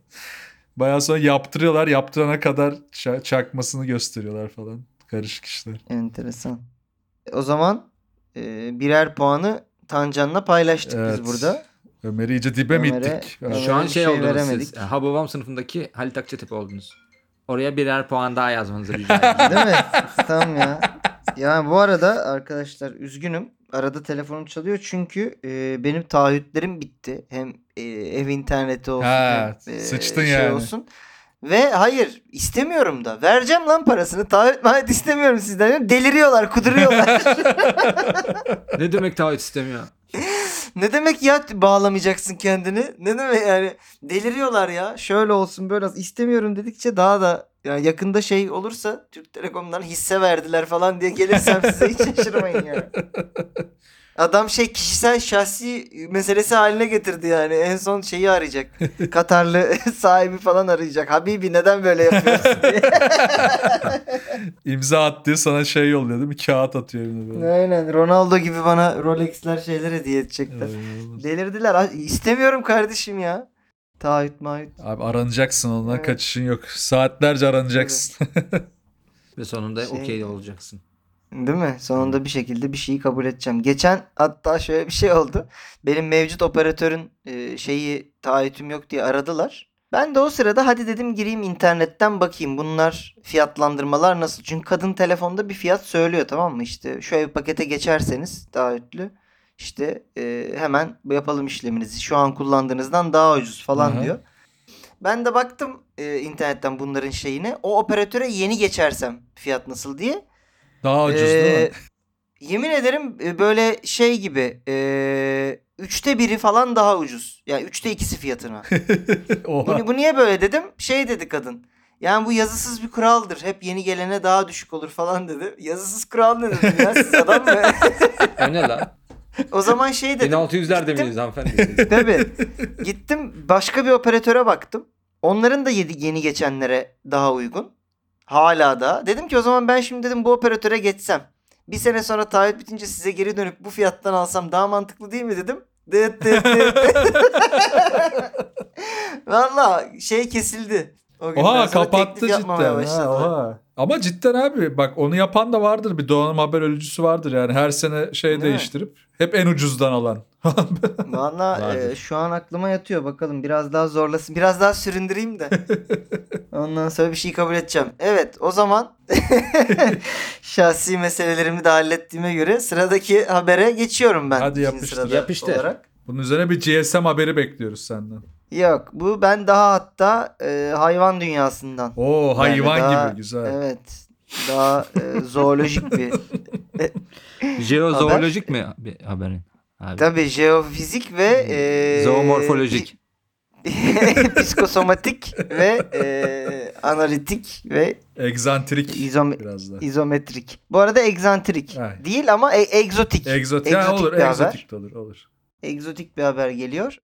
Bayağı sonra yaptırıyorlar. Yaptırana kadar ça- çakmasını gösteriyorlar falan. Karışık işler. Enteresan. O zaman e, birer puanı Tancan'la paylaştık Evet. biz burada. Ömer'i iyice dibe mi Ömer'e- ittik? Ömer'e Şu an bir şey, şey oldunuz veremedik. siz. Hababam sınıfındaki Halit Akçatepe oldunuz. Oraya birer puan daha yazmanızı rica ediyorum. Değil mi? Tamam ya. Yani bu arada arkadaşlar üzgünüm. Arada telefonum çalıyor çünkü e, benim taahhütlerim bitti. Hem e, ev interneti olsun Ha, hem e, sıçtın şey yani. olsun. Ve hayır istemiyorum da. Vereceğim lan parasını. Taahhüt maahhüt istemiyorum sizden. Deliriyorlar, kuduruyorlar. Ne demek taahhüt istemiyor? Ne demek ya bağlamayacaksın kendini? Ne demek yani? Deliriyorlar ya. Şöyle olsun böyle olsun. İstemiyorum dedikçe daha da yani yakında şey olursa Türk Telekom'dan hisse verdiler falan diye gelirsem size hiç şaşırmayın yani. Adam şey kişisel şahsi meselesi haline getirdi yani. En son şeyi arayacak. Katarlı sahibi falan arayacak. Habibi neden böyle yapıyorsun diye. İmza at diye sana şey yolluyor değil mi? Kağıt atıyor evine böyle. Aynen. Ronaldo gibi bana Rolex'ler şeyler hediye edecekler. Eyvallah. Delirdiler. Ay, İstemiyorum kardeşim ya. Taahhüt maahhüt. Abi aranacaksın, ondan Evet. kaçışın yok. Saatlerce aranacaksın. Ve sonunda Şey- okey olacaksın. Değil mi? Sonunda bir şekilde bir şeyi kabul edeceğim. Geçen hatta şöyle bir şey oldu. Benim mevcut operatörün e, şeyi taahhütüm yok diye aradılar. Ben de o sırada hadi dedim gireyim internetten bakayım bunlar fiyatlandırmalar nasıl. Çünkü kadın telefonda bir fiyat söylüyor, tamam mı? İşte şöyle bir pakete geçerseniz taahhütlü işte e, hemen yapalım işleminizi. Şu an kullandığınızdan daha ucuz falan Aha. diyor. Ben de baktım e, internetten bunların şeyine. O operatöre yeni geçersem fiyat nasıl diye. Daha ucuz değil mi? Ee, yemin ederim e, böyle şey gibi e, üçte biri falan daha ucuz. Yani üçte ikisi fiyatına. Oha. Bu, bu niye böyle dedim. Şey dedi kadın. Yani bu yazısız bir kuraldır. Hep yeni gelene daha düşük olur falan dedi. Yazısız kural ne dedim ya, siz adam mı? O ne lan? O zaman şey dedim. bin altı yüzlerde gittim- miyiz hanımefendi? Tabii. Gittim başka bir operatöre baktım. Onların da yedi, yeni geçenlere daha uygun. Hala da. Dedim ki o zaman ben şimdi dedim bu operatöre geçsem. Bir sene sonra taahhüt bitince size geri dönüp bu fiyattan alsam daha mantıklı değil mi dedim. Dıt dıt dıt. Valla şey kesildi. O günden Oha sonra kapattı teklif yapmamaya cidden. başladı. Ha, oha. Ama cidden abi bak onu yapan da vardır. Bir donanım haber ölücüsü vardır yani. Her sene şey Değil mi? değiştirip hep en ucuzdan alan. Valla Vardır. e, şu an aklıma yatıyor. Bakalım biraz daha zorlasın. Biraz daha süründüreyim de. Ondan sonra bir şey kabul edeceğim. Evet o zaman şahsi meselelerimi de hallettiğime göre sıradaki habere geçiyorum ben. Hadi ikinci yapıştır. sırada Yapıştır. olarak. Bunun üzerine bir G S M haberi bekliyoruz senden. Yok bu ben daha hatta e, hayvan dünyasından. Oo hayvan Yani daha- gibi güzel. Evet. Daha e, zoolojik bir. Jeozoolojik mi bir haberin? Abi. Tabii jeofizik ve e, Zoomorfolojik. psikosomatik ve e, analitik ve Egzantrik izom- biraz da. izometrik. Bu arada egzantrik Ha. değil ama e- egzotik. Egzotik. Ha, Egzotik olur, bir haber. egzotik de olur, olur. Egzotik bir haber geliyor.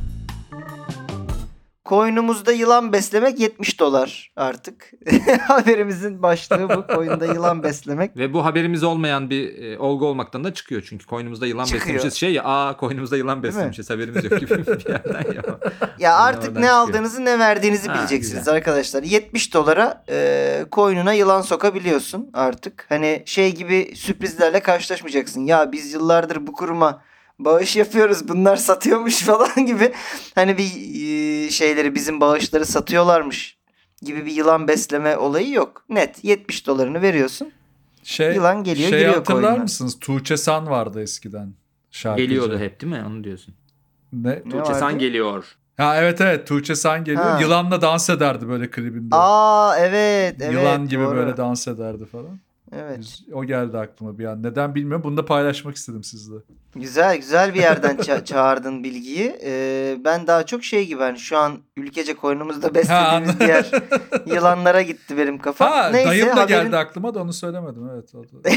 Koynumuzda yılan beslemek yetmiş dolar artık. Haberimizin başlığı bu. Koyunda yılan beslemek. Ve bu haberimiz olmayan bir e, olgu olmaktan da çıkıyor. Çünkü koynumuzda yılan Çıkıyor. beslemişiz. Şey ya aa koynumuzda yılan Değil mi? beslemişiz haberimiz yok gibi bir yerden ya. Ya artık oradan ne çıkıyor. aldığınızı ne verdiğinizi Ha, bileceksiniz güzel. arkadaşlar. yetmiş dolara e, koynuna yılan sokabiliyorsun artık. Hani şey gibi sürprizlerle karşılaşmayacaksın. Ya biz yıllardır bu kuruma bağış yapıyoruz, bunlar satıyormuş falan gibi. Hani bir e, şeyleri bizim bağışları satıyorlarmış gibi bir yılan besleme olayı yok. Net yetmiş dolarını veriyorsun. Şey, Yılan geliyor, şey giriyor hatırlar koyuna. mısınız? Tuğçe San vardı eskiden. Şarkıcı. Geliyordu hep değil mi? Onu diyorsun. Ne? Ne Tuğçe San vardı? geliyor. Ha evet evet Tuğçe San geliyor. Ha. Yılanla dans ederdi böyle klibinde. Aa evet evet. Yılan gibi doğru. böyle dans ederdi falan. Evet. Biz- O geldi aklıma bir an. Neden bilmiyorum. Bunu da paylaşmak istedim sizle. Güzel güzel bir yerden ça- çağırdın bilgiyi. Ee, ben daha çok şey gibi hani şu an ülkece koynumuzda beslediğimiz anladım. diğer yılanlara gitti benim kafam. Ha Neyse dayım da haberin... geldi aklıma da onu söylemedim. Evet. O da.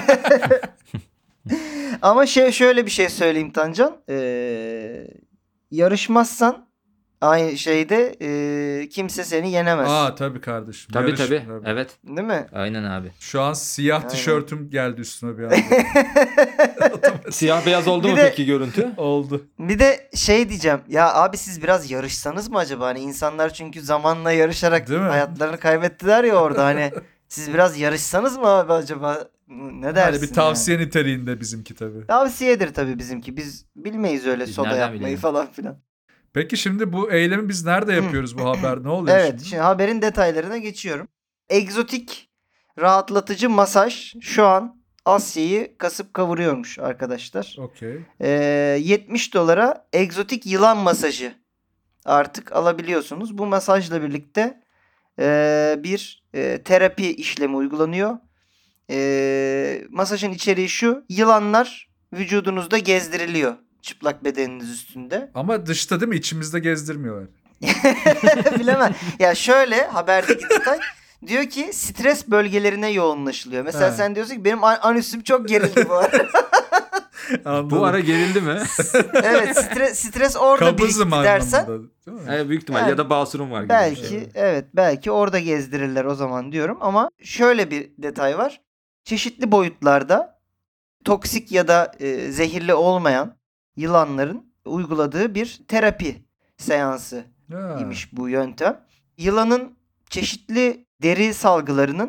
Ama şey şöyle bir şey söyleyeyim Tancan. Ee, yarışmazsan aynı şeyde e, kimse seni yenemez. Aa tabii kardeşim. Tabii Yarış- tabii. Evet. Değil mi? Aynen abi. Şu an siyah Aynen. tişörtüm geldi üstüme bir anda. Siyah beyaz oldu Bir mu de- peki görüntü? Oldu. Bir de şey diyeceğim. Ya abi siz biraz yarışsanız mı acaba? Hani insanlar çünkü zamanla yarışarak Değil mi? hayatlarını kaybettiler ya orada. Hani siz biraz yarışsanız mı abi acaba? Ne dersin? Hani bir tavsiye niteliğinde bizimki tabii. Yani? Tavsiyedir tabii bizimki. Biz bilmeyiz öyle Biz soda nereden yapmayı bilelim? falan filan. Peki şimdi bu eylemi biz nerede yapıyoruz bu haber? Ne oluyor Evet, şimdi? şimdi haberin detaylarına geçiyorum. Egzotik rahatlatıcı masaj şu an Asya'yı kasıp kavuruyormuş arkadaşlar. Okey. Ee, yetmiş dolara egzotik yılan masajı artık alabiliyorsunuz. Bu masajla birlikte e, bir e, terapi işlemi uygulanıyor. E, masajın içeriği şu: yılanlar vücudunuzda gezdiriliyor çıplak bedeniniz üstünde. Ama dışta değil mi? İçimizde gezdirmiyorlar. Bilemem. Ya şöyle haberdeki detay diyor ki stres bölgelerine yoğunlaşılıyor. Mesela He. sen diyorsun ki benim an- anüsüm çok gerildi bu ara. Anladım. Bu ara gerildi mi? Evet, stres, stres orada Kabızım birikti dersen anlamında. Değil mi? Evet, büyük ihtimal Yani ya da basurum var gibi. belki bir şey. evet belki orada gezdirirler o zaman diyorum ama şöyle bir detay var. Çeşitli boyutlarda toksik ya da e, zehirli olmayan yılanların uyguladığı bir terapi seansı Ha. imiş bu yöntem. Yılanın çeşitli deri salgılarının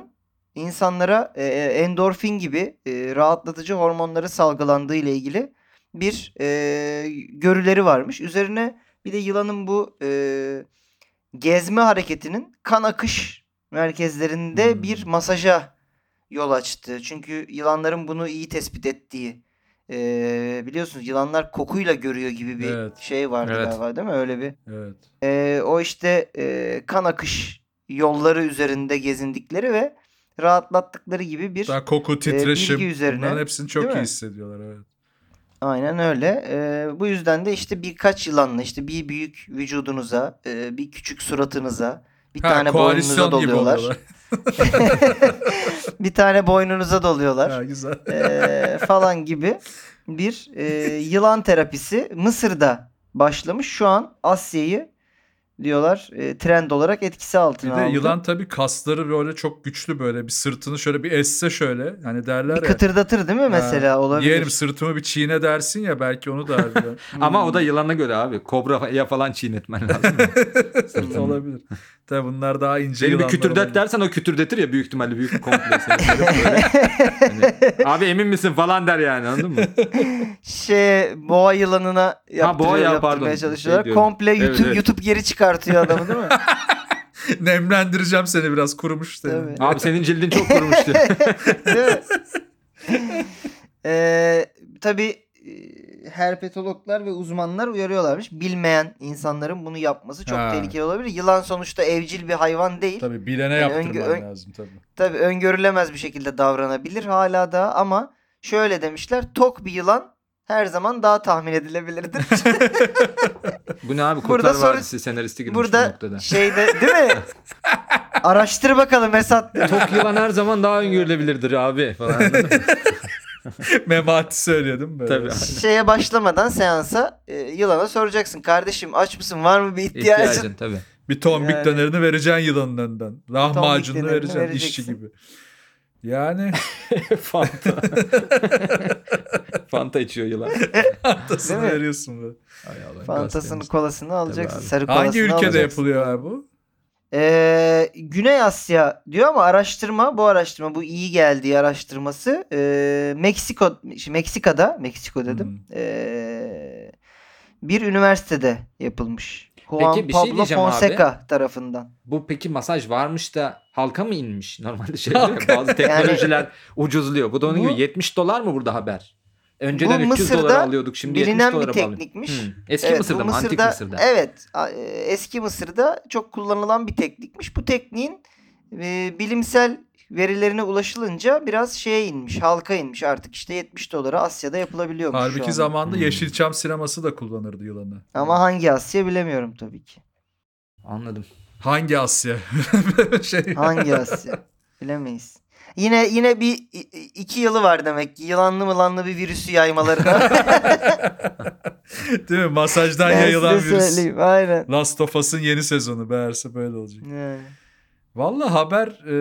insanlara e, endorfin gibi e, rahatlatıcı hormonları salgılandığı ile ilgili bir e, görüleri varmış. Üzerine bir de yılanın bu e, gezme hareketinin kan akış merkezlerinde Hmm. bir masaja yol açtı. Çünkü yılanların bunu iyi tespit ettiği, e, biliyorsunuz yılanlar kokuyla görüyor gibi bir Evet. şey vardı Evet. galiba, değil mi? Öyle bir. Evet. E, o işte e, kan akış yolları üzerinde gezindikleri ve rahatlattıkları gibi bir Daha koku, titreşim, bilgi üzerine, bunların hepsini çok değil iyi mi? hissediyorlar. Evet. Aynen öyle. Ee, bu yüzden de işte birkaç yılanla işte bir büyük vücudunuza, e, bir küçük suratınıza, bir Ha, tane boynunuza koalisyon gibi doluyorlar. oluyorlar. Bir tane boynunuza doluyorlar. Ha, güzel. Ee, falan gibi bir e, yılan terapisi Mısır'da başlamış. Şu an Asya'yı diyorlar e, trend olarak etkisi Bir altına de aldı. yılan tabii kasları böyle çok güçlü, böyle bir sırtını şöyle bir esse şöyle, hani derler Bir ya. kıtırdatır değil mi mesela? Ha, Olabilir. yeğenim sırtımı bir çiğne dersin ya, belki onu da harbiden. Ama o da yılana göre abi. Kobraya falan çiğnetmen lazım. Sırtını. Olabilir. Tabii bunlar daha ince Benim bir yılanlar kütürdet olabilir. dersen o kütürdetir ya büyük ihtimalle büyük komple seni böyle. Hani, abi emin misin falan der yani, anladın mı? Şey boğa yılanına yaptırıyor, boğa ya, yaptırmaya pardon. çalışıyorlar. Şey diyorum. Komple Evet, YouTube, evet. YouTube geri çıkartıyor adamı değil mi? Nemlendireceğim seni, biraz kurumuş senin. Tabii. Abi senin cildin çok kurumuştu. Değil mi? Ee, tabii e, herpetologlar ve uzmanlar uyarıyorlarmış. Bilmeyen insanların bunu yapması çok Ha. tehlikeli olabilir. Yılan sonuçta evcil bir hayvan değil. Tabii bilene Yani yaptırman öngö- ön- lazım tabii. Tabii öngörülemez bir şekilde davranabilir hala da, ama şöyle demişler: tok bir yılan her zaman daha tahmin edilebilirdir. Bu ne abi, Burada Kurtlar soru- Vadisi senaristi girmiş bu Burada noktada. şeyde değil mi? Araştır bakalım Esat. Tok yılan her zaman daha öngörülebilirdir abi falan. Anladın mı? Memati söylüyor değil mi böyle? Tabii. Şeye başlamadan seansa e, yılana soracaksın: kardeşim aç mısın, var mı bir ihtiyacın? İhtiyacın tabii. Bir tombik Yani- dönerini vereceksin yılanın önünden. Lahmacununu dönerini vereceksin, vereceksin. işçi gibi. Yani Fanta. Fanta içiyor yılan. fantasını Değil mi? veriyorsun böyle. Ay Allah, Fantasını, gazetemiz. kolasını alacaksın. abi. Sarı kolasını Hangi ülkede alacaksın. yapılıyor abi bu? Ee, Güney Asya diyor ama araştırma, bu araştırma, bu iyi geldiği araştırması e, Meksiko, Meksika'da, Meksiko dedim. Hmm. Ee, bir üniversitede yapılmış. Juan Peki, bir şey Pablo diyeceğim abi. Fonseca tarafından. Bu peki masaj varmış da halka mı inmiş? Normalde şey diyor ya, bazı teknolojiler ucuzluyor. Bu da onun Bu- gibi yetmiş dolar mı burada haber? Önceden Bu üç yüz Mısır'da dolara alıyorduk, şimdi yetmiş bilinen bir dolara bağlıyor. teknikmiş. Hmm. Eski Evet, Mısır'da bu mı? Antik Mısır'da. Evet, a- e, eski Mısır'da çok kullanılan bir teknikmiş. Bu tekniğin e, bilimsel verilerine ulaşılınca biraz şeye inmiş, halka inmiş. Artık işte yetmiş dolara Asya'da yapılabiliyormuş şu Halbuki anda. zamanında Hmm. Yeşilçam sineması da kullanırdı yılanı. Ama hangi Asya bilemiyorum tabii ki. Anladım. Hangi Asya? şey. Hangi Asya? Bilemeyiz. Yine yine bir i- iki yılı var demek ki. Yılanlı mılanlı bir virüsü yaymalarına. Değil mi? Masajdan Ben yayılan size virüs. söyleyeyim. Aynen. Last of Us'ın yeni sezonu. Meğerse böyle olacak. Yani. Vallahi haber e,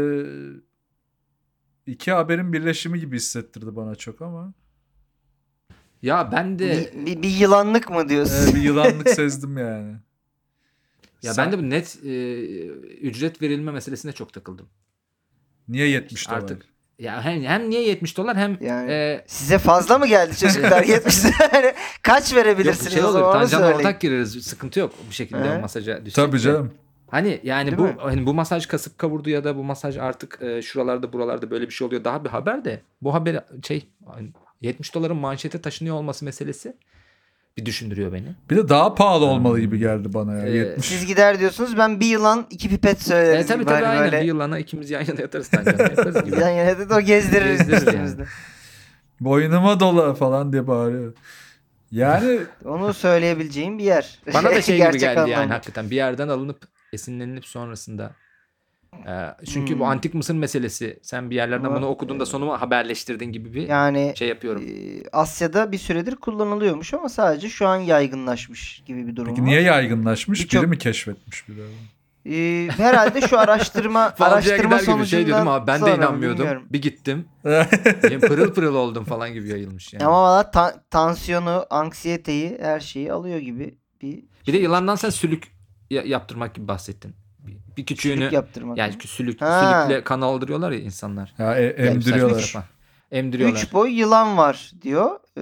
iki haberin birleşimi gibi hissettirdi bana çok ama. Ya ben de Bir, bir, bir yılanlık mı diyorsun? E, bir yılanlık sezdim yani. ya Sen- ben de bu net e, ücret verilme meselesine çok takıldım. Niye yetmiş dolar? Artık ya hem, hem niye yetmiş dolar hem Yani e, size fazla mı geldi çocuklar? yetmiş yani kaç yok verebilirsiniz şey o olur, zaman, onu tancanla söyleyin. ortak gireriz, sıkıntı yok bu şekilde He. masaja düşsek Tabii de. canım. Hani yani Değil bu mi? hani bu masaj kasıp kavurdu ya da bu masaj artık e, şuralarda buralarda böyle bir şey oluyor, daha bir haber de bu haber şey hani yetmiş doların manşete taşınıyor olması meselesi bir düşündürüyor beni. Bir de daha pahalı olmalı gibi geldi bana ya. Ee, yetmiş. Siz gider diyorsunuz, ben bir yılan iki pipet söyleriz E, tabii gibi. tabii Hani aynen böyle bir yılana ikimiz yan yana yatarız tancanla yaparız gibi. yan yana da o gezdiririz Gezdirir yani. üstümüzde. Boynuma dola falan diye bağırıyor. Yani Onu söyleyebileceğim bir yer. Bana da şey gibi Gerçek geldi yani anlamda. hakikaten bir yerden alınıp esinlenilip sonrasında. Ee, çünkü Hmm. bu antik Mısır meselesi sen bir yerlerden Ama, bunu okudun da sonuma haberleştirdin gibi bir Yani şey yapıyorum. e, Asya'da bir süredir kullanılıyormuş ama sadece şu an yaygınlaşmış gibi bir durum peki var. niye yaygınlaşmış? Birçok- Biri mi keşfetmiş bir daha? Ee, herhalde şu araştırma Falcıya araştırma gider gibi şey diyordum sonucundan ama ben de sonra mı inanmıyordum. bilmiyorum. Bir gittim. Benim pırıl pırıl oldum falan gibi yayılmış yani. Ama valla ta- tansiyonu, anksiyeteyi, her şeyi alıyor gibi bir Bir de yılandan sen sülük ya- yaptırmak gibi bahsettin. bir küçüğünü Sülük yaptırmak. yani mı? sülük, Ha. sülükle kan aldırıyorlar ya insanlar. Ya e- Saçma emdiriyorlar. sapan. Emdiriyorlar. Üç boy yılan var diyor. Ee,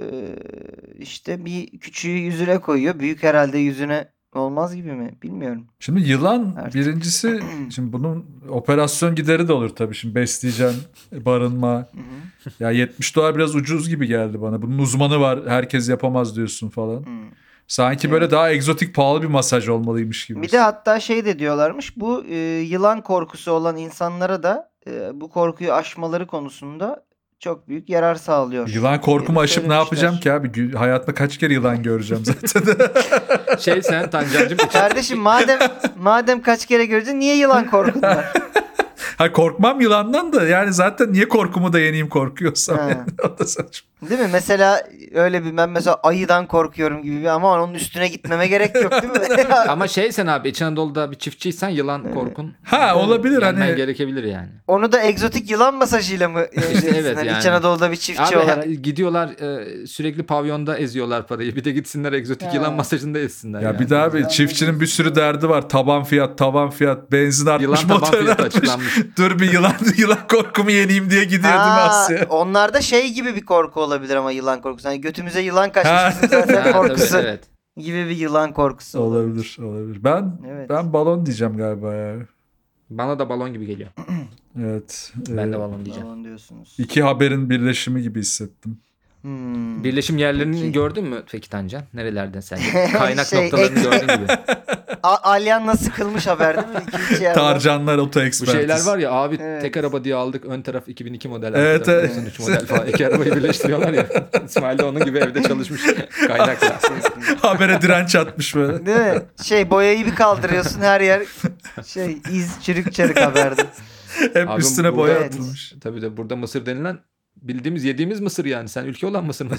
işte bir küçüğü yüzüne koyuyor. Büyük herhalde yüzüne olmaz gibi mi? Bilmiyorum. Şimdi yılan Artık. birincisi şimdi bunun operasyon gideri de olur tabii. Şimdi besleyeceksin, barınma. Hı hı. Ya yetmiş dolar biraz ucuz gibi geldi bana. Bunun uzmanı var. Herkes yapamaz diyorsun falan. Hı. Sanki Evet. böyle daha egzotik pahalı bir masaj olmalıymış gibi. Bir de hatta şey de diyorlarmış. Bu e, yılan korkusu olan insanlara da e, bu korkuyu aşmaları konusunda çok büyük yarar sağlıyor. Yılan korkumu diye aşıp ne söylemişler. yapacağım ki abi? Gü- Hayatımda kaç kere yılan göreceğim zaten. Şey sen Tancancığım Kardeşim madem madem kaç kere göreceksin niye yılan korkun var? Ha korkmam yılandan da yani zaten niye korkumu da yeneyim korkuyorsam. Ha. Yani. O da saçma. Değil mi? Mesela öyle bir ben mesela ayıdan korkuyorum gibi bir ama onun üstüne gitmeme gerek yok değil mi? ama şey sen abi İç Anadolu'da bir çiftçiysen yılan korkun. Ha olabilir Yenmen hani. gerekebilir yani. Onu da egzotik yılan masajıyla mı? İşte evet hani yani. İç Anadolu'da bir çiftçi Abi olarak. he- gidiyorlar e, sürekli pavyonda eziyorlar parayı. Bir de gitsinler egzotik Ha. yılan masajında ezsinler. Ya yani. bir daha abi çiftçinin bir sürü derdi var. Taban fiyat, taban fiyat, benzin artmış, Yılan taban motor fiyatı artmış. açıklanmış. Dur bir yılan yılan korkumu yeneyim diye gidiyor değil mi Ha, Asya? onlarda şey gibi bir korku olabilir ama yılan korkusu. Hani götümüze yılan Ha. kaçmış bizim zaten Ha, korkusu tabii, evet. gibi bir yılan korkusu olabilir. Olabilir, olabilir. Ben Evet. ben balon diyeceğim galiba ya. Bana da balon gibi geliyor. Evet. Ben e, de balon diyeceğim. Balon diyorsunuz. İki haberin birleşimi gibi hissettim. Hmm. Birleşim yerlerini Peki. gördün mü peki Tancan? Nerelerden sence? Kaynak Şey, noktalarını ek- gördüğün gibi. A- Alyan'la sıkılmış haber değil mi? İki üç yerden. Tarcanlar Oto Bu Ekspertiz. şeyler var ya abi Evet. tek araba diye aldık. Ön taraf iki bin iki model. Evet, arka taraf evet. doksan üç model falan. İki arabayı birleştiriyorlar ya. İsmail de onun gibi evde çalışmış kaynakla. Habere direnç atmış böyle. Değil mi? Şey boyayı bir kaldırıyorsun her yer şey iz çürük çarık haberde. Hep Abi üstüne bu- boya evet. atılmış. Tabii de burada mısır denilen bildiğimiz yediğimiz mısır yani. Sen ülke olan mısır mı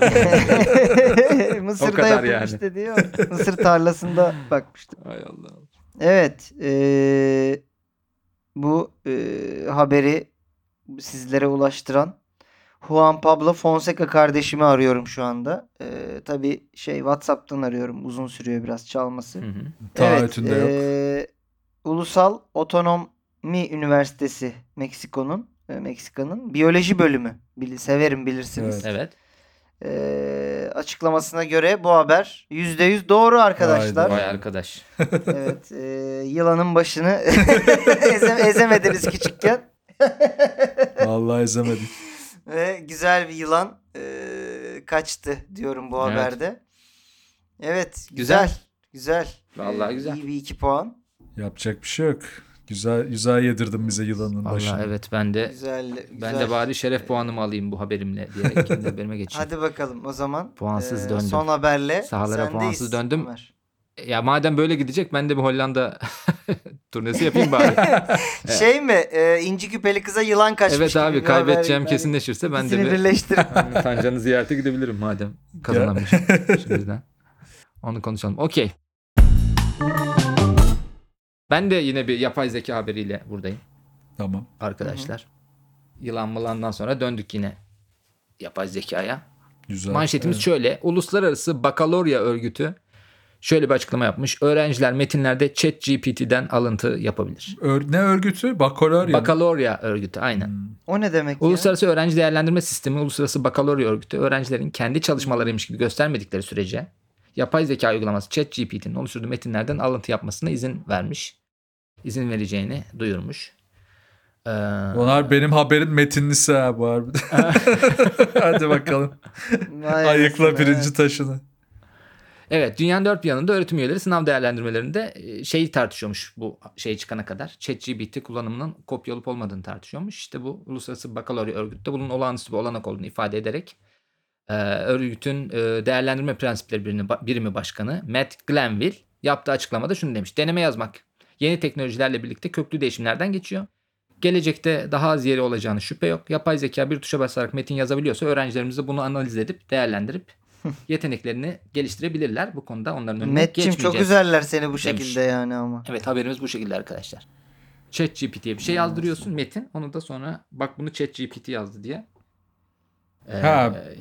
zannettin? O Mısır'da kadar yapılmış yani. dedi ya. Mısır tarlasında bakmıştım. Hay Allah. Evet. eee, bu eee, haberi sizlere ulaştıran Juan Pablo Fonseca kardeşimi arıyorum şu anda. Eee tabii şey WhatsApp'tan arıyorum. Uzun sürüyor biraz çalması. Hı hı. Taahhütünde yok. eee, Ulusal Otonomi Üniversitesi Meksiko'nun e, Meksika'nın biyoloji bölümü. Bili, severim bilirsiniz. Evet. Evet. Eee, açıklamasına göre bu haber yüzde yüz doğru arkadaşlar. Haydi. Vay arkadaş. Evet, eee, yılanın başını ezem, ezemediniz küçükken. Vallahi ezemedik. Ve güzel bir yılan eee, kaçtı diyorum bu Evet. haberde. Evet, güzel. Güzel. Güzel. Vallahi Eee, güzel. İyi bir iki puan. Yapacak bir şey yok. Güzel güzel yedirdin bize yılanın başını. Vallahi evet ben de Güzel. ben güzel. de bari şeref puanımı alayım bu haberimle diye kendi haberime geçeyim. Hadi bakalım o zaman. Puansız eee, döndüm. Son haberle Sahalara sendeyiz, puansız döndüm. Ömer. Ya madem böyle gidecek ben de bir Hollanda turnesi yapayım bari. Şey mi? Eee İnci Küpeli Kıza yılan kaçmış Evet gibi abi bir kaybedeceğim haber. kesinleşirse ben de İkisini bir birleştirip. Tancan'ı ziyarete gidebilirim madem kazanamışım şimdiden. Onu konuşalım. Okey. Ben de yine bir yapay zeka haberiyle buradayım Tamam. arkadaşlar. Yılan mılandan sonra döndük yine yapay zekaya. Güzel. Manşetimiz Evet. şöyle. Uluslararası Bakalorya Örgütü şöyle bir açıklama yapmış. Öğrenciler metinlerde ChatGPT'den alıntı yapabilir. Ör- ne örgütü? Bakalorya. Bakalorya Örgütü aynen. Hmm. O ne demek ya? Uluslararası Öğrenci Değerlendirme Sistemi, Uluslararası Bakalorya Örgütü öğrencilerin kendi çalışmalarıymış gibi göstermedikleri sürece yapay zeka uygulaması ChatGPT'nin oluşturduğu metinlerden alıntı yapmasına izin vermiş. İzin vereceğini duyurmuş. Ee, Onlar benim haberin metinlisi ha bu harbiden. Hadi bakalım. Vay Ayıkla anasını, birinci evet. taşını. Evet, dünyanın dört bir yanında öğretim üyeleri sınav değerlendirmelerinde e, şeyi tartışıyormuş bu şey çıkana kadar. ChatGPT kullanımının kopya olup olmadığını tartışıyormuş. İşte bu Uluslararası Bakalorya Örgütü de bunun olağanüstü bir olanak olduğunu ifade ederek e, örgütün e, değerlendirme prensipleri birimi, birimi başkanı Matt Glanville yaptığı açıklamada şunu demiş. Deneme yazmak yeni teknolojilerle birlikte köklü değişimlerden geçiyor. Gelecekte daha az yeri olacağını şüphe yok. Yapay zeka bir tuşa basarak metin yazabiliyorsa öğrencilerimiz de bunu analiz edip değerlendirip yeteneklerini geliştirebilirler. Bu konuda onların önüne Metçim geçmeyeceğiz. çok üzerler seni bu demiş. şekilde yani ama. Evet haberimiz bu şekilde arkadaşlar. ChatGPT'ye bir şey yazdırıyorsun metin. Onu da sonra bak bunu ChatGPT yazdı diye. Ee, Ha,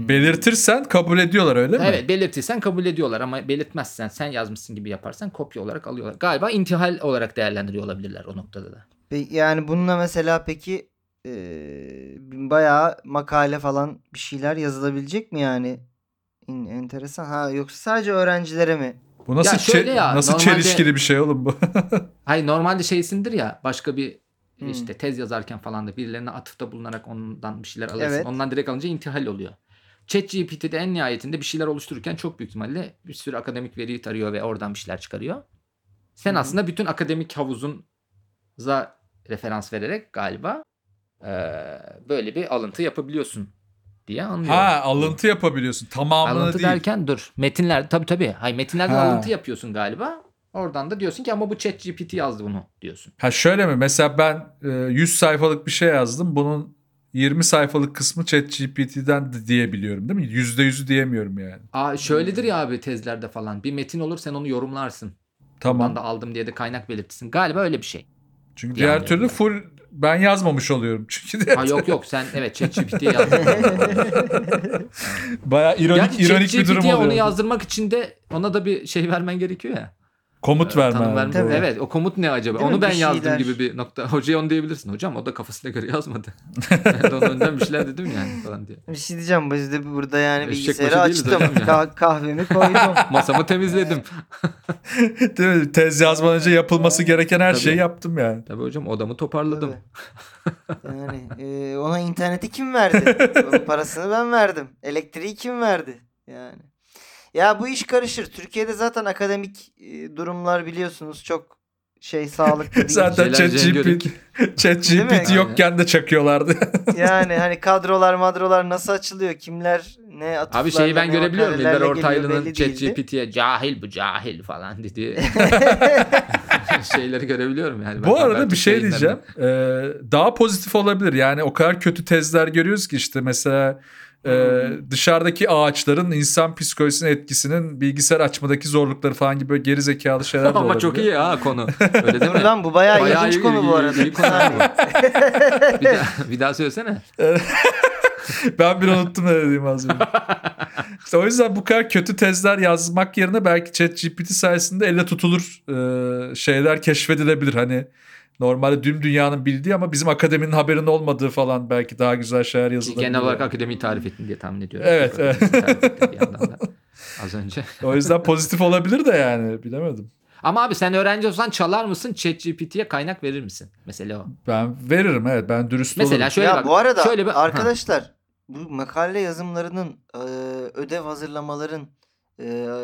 Belirtirsen kabul ediyorlar öyle mi? Evet, belirtirsen kabul ediyorlar ama belirtmezsen sen yazmışsın gibi yaparsan kopya olarak alıyorlar. Galiba intihal olarak değerlendiriyor olabilirler o noktada da. Yani bununla mesela peki e, bayağı makale falan bir şeyler yazılabilecek mi yani? Enteresan. Ha, yoksa sadece öğrencilere mi? Bu nasıl ya şöyle ya, nasıl normalde, çelişkili bir şey oğlum bu? Hayır, normalde şeysindir ya, başka bir hmm. işte tez yazarken falan da birilerine atıfta bulunarak ondan bir şeyler alırsın. Evet. Ondan direkt alınca intihal oluyor. ChatGPT'de en nihayetinde bir şeyler oluştururken çok büyük ihtimalle bir sürü akademik veriyi tarıyor ve oradan bir şeyler çıkarıyor. Sen Hı-hı. aslında bütün akademik havuzunuza referans vererek galiba e, böyle bir alıntı yapabiliyorsun diye anlıyorum. Ha, alıntı yapabiliyorsun. Tamamını alıntı değil. derken dur. Metinler tabii tabii. Hayır, metinlerden ha. alıntı yapıyorsun galiba. Oradan da diyorsun ki ama bu ChatGPT yazdı bunu diyorsun. Ha şöyle mi? Mesela ben yüz sayfalık bir şey yazdım. Bunun yirmi sayfalık kısmı ChatGPT'den de diyebiliyorum değil mi? yüzde yüzü diyemiyorum yani. Aa, şöyledir ya abi tezlerde falan. Bir metin olur, sen onu yorumlarsın. Tamam. Oradan da aldım diye de kaynak belirtirsin. Galiba öyle bir şey. Çünkü diğer yani türlü full ben yazmamış oluyorum. Çünkü ha yok yok sen evet ChatGPT'ye yazdın. Bayağı ironik Gerçi ironik bir durum oluyor. Onu yazdırmak için de ona da bir şey vermen gerekiyor ya. Komut ee, vermen. vermen. Evet, o komut ne acaba? Değil onu ben yazdım şeyler... gibi bir nokta. Hocaya onu diyebilirsin. Hocam o da kafasına göre yazmadı. Ben onun önden bir şeyler dedim yani falan diye. Bir şey diyeceğim. Biz de burada yani bilgisayarı açtım. Yani. Kah- kahvemi koydum. Masamı temizledim. Değil mi? Tez yazmadan önce yapılması gereken her Tabii. şeyi yaptım yani. Tabii hocam, odamı toparladım. yani e, ona interneti kim verdi? Onun parasını ben verdim. Elektriği kim verdi? Yani. Ya bu iş karışır. Türkiye'de zaten akademik e, durumlar biliyorsunuz çok şey sağlıklı değil. Zaten ChatGPT yokken de çakıyorlardı. yani hani kadrolar madrolar nasıl açılıyor? Kimler ne atıflarla Abi şeyi ben görebiliyorum. İlber Ortaylı'nın ChatGPT'ye cahil bu cahil falan dediği şeyleri görebiliyorum yani. Bu arada bir şey diyeceğim. Ee, daha pozitif olabilir. Yani o kadar kötü tezler görüyoruz ki işte mesela Ee, dışarıdaki ağaçların insan psikolojisine etkisinin bilgisayar açmadaki zorlukları falan gibi böyle geri zekalı şeyler de olabilir. Ama çok iyi ha konu. Öyle değil mi? Buradan bu bayağı, bayağı ilginç iyi, konu iyi, bu arada. İyi konu bu. bir, daha, bir daha söylesene. Ben bir unuttum ne dediğim az önce. İşte o yüzden bu kadar kötü tezler yazmak yerine belki ChatGPT sayesinde elle tutulur e, şeyler keşfedilebilir. Hani normalde tüm dünyanın bildiği ama bizim akademinin haberinin olmadığı falan belki daha güzel şeyler yazılabilir. Genel olarak akademiyi tarif ettin diye tahmin ediyorum. Evet. evet. Bir yandan da az önce. O yüzden pozitif olabilir de yani bilemedim. Ama abi sen öğrenci olsan çalar mısın? ChatGPT'ye kaynak verir misin? Mesela o. Ben veririm evet. Ben dürüst Mesela olurum. şöyle ya bak. Bu arada şöyle bir... arkadaşlar ha. bu makale yazımlarının e, ödev hazırlamaların e,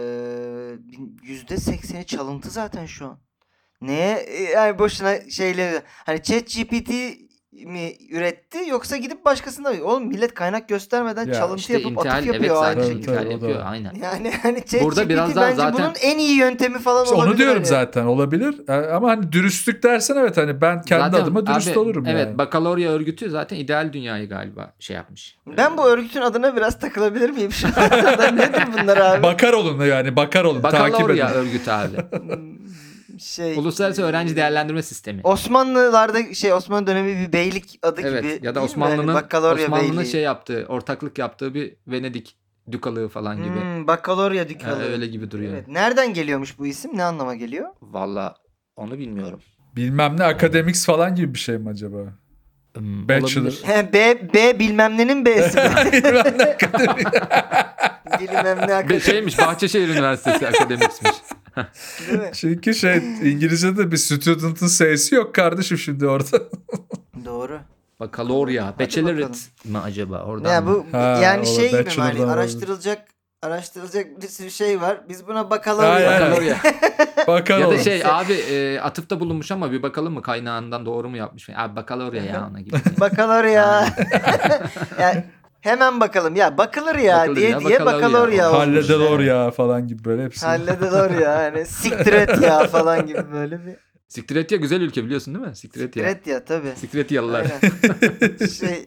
yüzde sekseni çalıntı zaten şu an. Neye yani boşuna şeyleri hani ChatGPT mi üretti yoksa gidip başkasına mı? Oğlum millet kaynak göstermeden ya çalıntı işte yapıp intihal, atıf yapıyor. Evet zaten intihal yapıyor aynen. Yani hani ChatGPT burada biraz daha bence zaten... bunun en iyi yöntemi falan işte olabilir. Onu diyorum yani. Zaten olabilir ama hani dürüstlük dersen evet hani ben kendi zaten, adıma dürüst abi, olurum evet, yani. Bakalorya örgütü zaten ideal dünyayı galiba şey yapmış. Ben bu örgütün adına biraz takılabilir miyim şu anda? Nedir bunlar abi? Bakar olun yani bakar olun. Bakalorya örgütü abi. Şey, Uluslararası Öğrenci Değerlendirme Sistemi. Osmanlılarda şey Osmanlı dönemi bir beylik adı evet, gibi. Ya da Osmanlı'nın yani? Osmanlı'nın şey yaptığı, ortaklık yaptığı bir Venedik dükalığı falan gibi. Hmm, Bakalorya dükalığı. Ee, öyle gibi duruyor. Evet. Nereden geliyormuş bu isim? Ne anlama geliyor? Vallahi onu bilmiyorum. Bilmem ne akademiks falan gibi bir şey mi acaba? Hmm, Bachelor. He, B, B bilmem nenin B'si mi? bilmem ne akademik. bilmem ne akademik. Şeymiş Bahçeşehir Üniversitesi akademiksmiş. Çünkü şey İngilizce'de bir student'ın S'si yok kardeşim şimdi orada. Doğru. Bakalorya, bachelorate mı acaba oradan? Ya bu ha, yani şey gibi hani araştırılacak araştırılacak bir sürü şey var. Biz buna bakalorya. Bakalorya. Bakalorya. Ya da şey abi e, atıfta bulunmuş ama bir bakalım mı kaynağından doğru mu yapmış? Abi bakalorya ya ona gibi. Bakalorya. yani hemen bakalım ya bakılır ya bakılır diye ya, diye bakalorya olmuş. Halledilor ya falan gibi böyle hepsi. Halledilor ya yani siktir et ya falan gibi böyle bir. Siktir et ya güzel ülke biliyorsun değil mi? Siktir et ya. Siktir et ya tabii. Siktir et yalılar. şey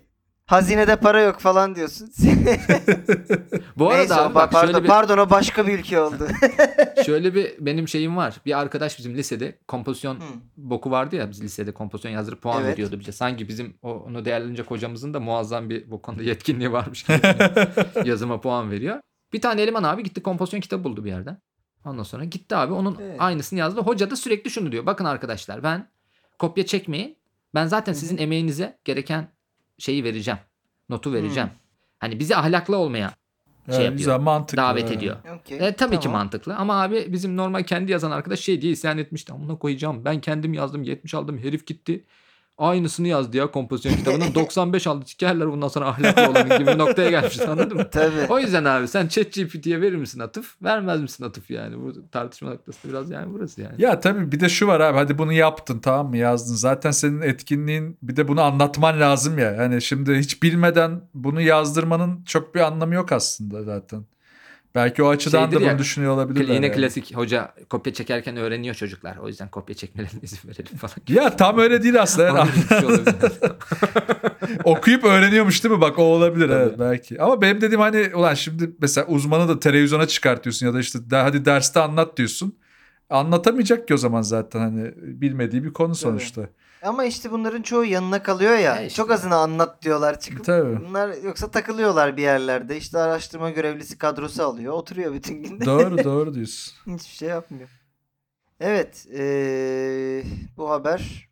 hazinede para yok falan diyorsun. Bu arada Neyse, abi bak pardon, şöyle bir, pardon o başka bir ülke oldu. şöyle bir benim şeyim var. Bir arkadaş bizim lisede kompozisyon Hı. boku vardı ya, biz lisede kompozisyon yazdırıp puan Evet. veriyordu bize. Sanki bizim o, onu değerlendirecek hocamızın da muazzam bir bu konuda yetkinliği varmış gibi düşünüyorum. Yazıma puan veriyor. Bir tane eleman abi gitti kompozisyon kitabı buldu bir yerden. Ondan sonra gitti abi onun Evet. aynısını yazdı. Hoca da sürekli şunu diyor. Bakın arkadaşlar, ben kopya çekmeyin. Ben zaten Hı hı. sizin emeğinize gereken şeyi vereceğim. Notu vereceğim. Hı. Hani bizi ahlaklı olmaya şey Evet, yapıyor. güzel, mantıklı. Davet evet. ediyor. Okey, E, tabii ki tamam. mantıklı ama abi bizim normal kendi yazan arkadaş şey diye isyan etmişti. Amına koyacağım, ben kendim yazdım yetmiş aldım, herif gitti aynısını yazdı ya kompozisyon kitabının doksan beş aldı, sikerler bundan sonra ahlaklı olanın gibi bir noktaya gelmişti, anladın mı? Tabii. O yüzden abi sen ChatGPT'ye verir misin atıf, vermez misin atıf yani? Bu tartışma noktası biraz yani burası yani. Ya tabii bir de şu var abi, hadi bunu yaptın, tamam mı, yazdın. Zaten senin etkinliğin, bir de bunu anlatman lazım ya. Yani şimdi hiç bilmeden bunu yazdırmanın çok bir anlamı yok aslında zaten. Belki o açıdan Şeydir da bunu ya, düşünüyor olabilirler. Yine yani. klasik hoca kopya çekerken öğreniyor çocuklar. O yüzden kopya çekmelerine izin verelim falan. Ya tam öyle değil aslında. Onun gibi bir şey olabilir. Okuyup öğreniyormuş değil mi? Bak o olabilir, Tabii. evet belki. Ama benim dediğim hani ulan şimdi mesela uzmanı da televizyona çıkartıyorsun ya da işte de, hadi derste anlat diyorsun. Anlatamayacak ki o zaman zaten, hani bilmediği bir konu sonuçta. Ama işte bunların çoğu yanına kalıyor ya. Ya işte. Çok azını anlat diyorlar çıkıp. Tabii. Bunlar yoksa takılıyorlar bir yerlerde. İşte araştırma görevlisi kadrosu alıyor. Oturuyor bütün gün. Doğru doğru diyorsun. Hiçbir şey yapmıyor. Evet. Ee, bu haber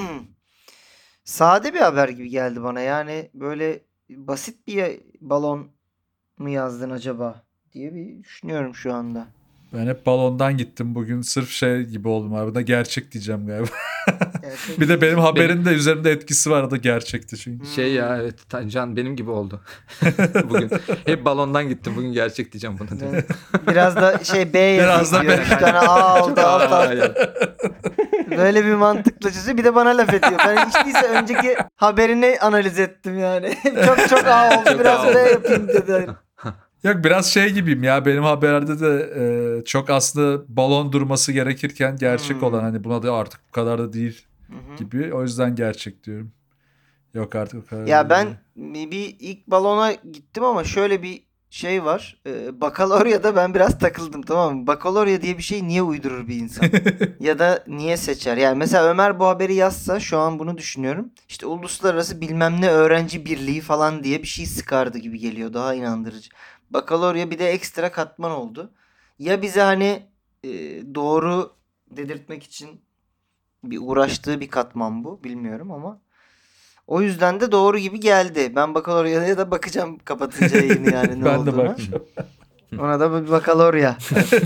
sade bir haber gibi geldi bana. Yani böyle basit bir balon mu yazdın acaba diye bir düşünüyorum şu anda. Ben hep balondan gittim bugün. Sırf şey gibi oldum abi. Da gerçek diyeceğim galiba. Gerçek. Bir de benim haberin de üzerimde etkisi var, da gerçekti çünkü. Şey ya, evet, Can benim gibi oldu. Bugün hep balondan gittim. Bugün gerçek diyeceğim bunu. Ben biraz da şey B yazayım Biraz da diyor. B. Üç tane A aldı alt Aa, alta. yani. Böyle bir mantıklı çözüyor. Bir de bana laf ediyor. Ben hiç değilse önceki haberini analiz ettim yani. çok çok A oldu. Çok Biraz A B oldu. yapayım dedi. Yok, biraz şey gibiyim ya, benim haberlerde de e, çok aslında balon durması gerekirken gerçek Hmm. olan, hani buna da artık bu kadar da değil Hı hı. gibi. O yüzden gerçek diyorum. Yok artık o kadar. Ya değil. ben bir ilk balona gittim ama şöyle bir şey var. Ee, Bakalorya'da ben biraz takıldım, tamam mı? Bakalorya diye bir şey niye uydurur bir insan? Ya da niye seçer? Yani mesela Ömer bu haberi yazsa şu an bunu düşünüyorum. İşte uluslararası bilmem ne öğrenci birliği falan diye bir şey sıkardı gibi geliyor. Daha inandırıcı. Bakalorya bir de ekstra katman oldu. Ya bize hani e, doğru dedirtmek için bir uğraştığı bir katman bu. Bilmiyorum ama. O yüzden de doğru gibi geldi. Ben Bakalorya'ya da bakacağım kapatınca yayını yani ne Ben olduğuna. de bakacağım. Ona da bir Bakalorya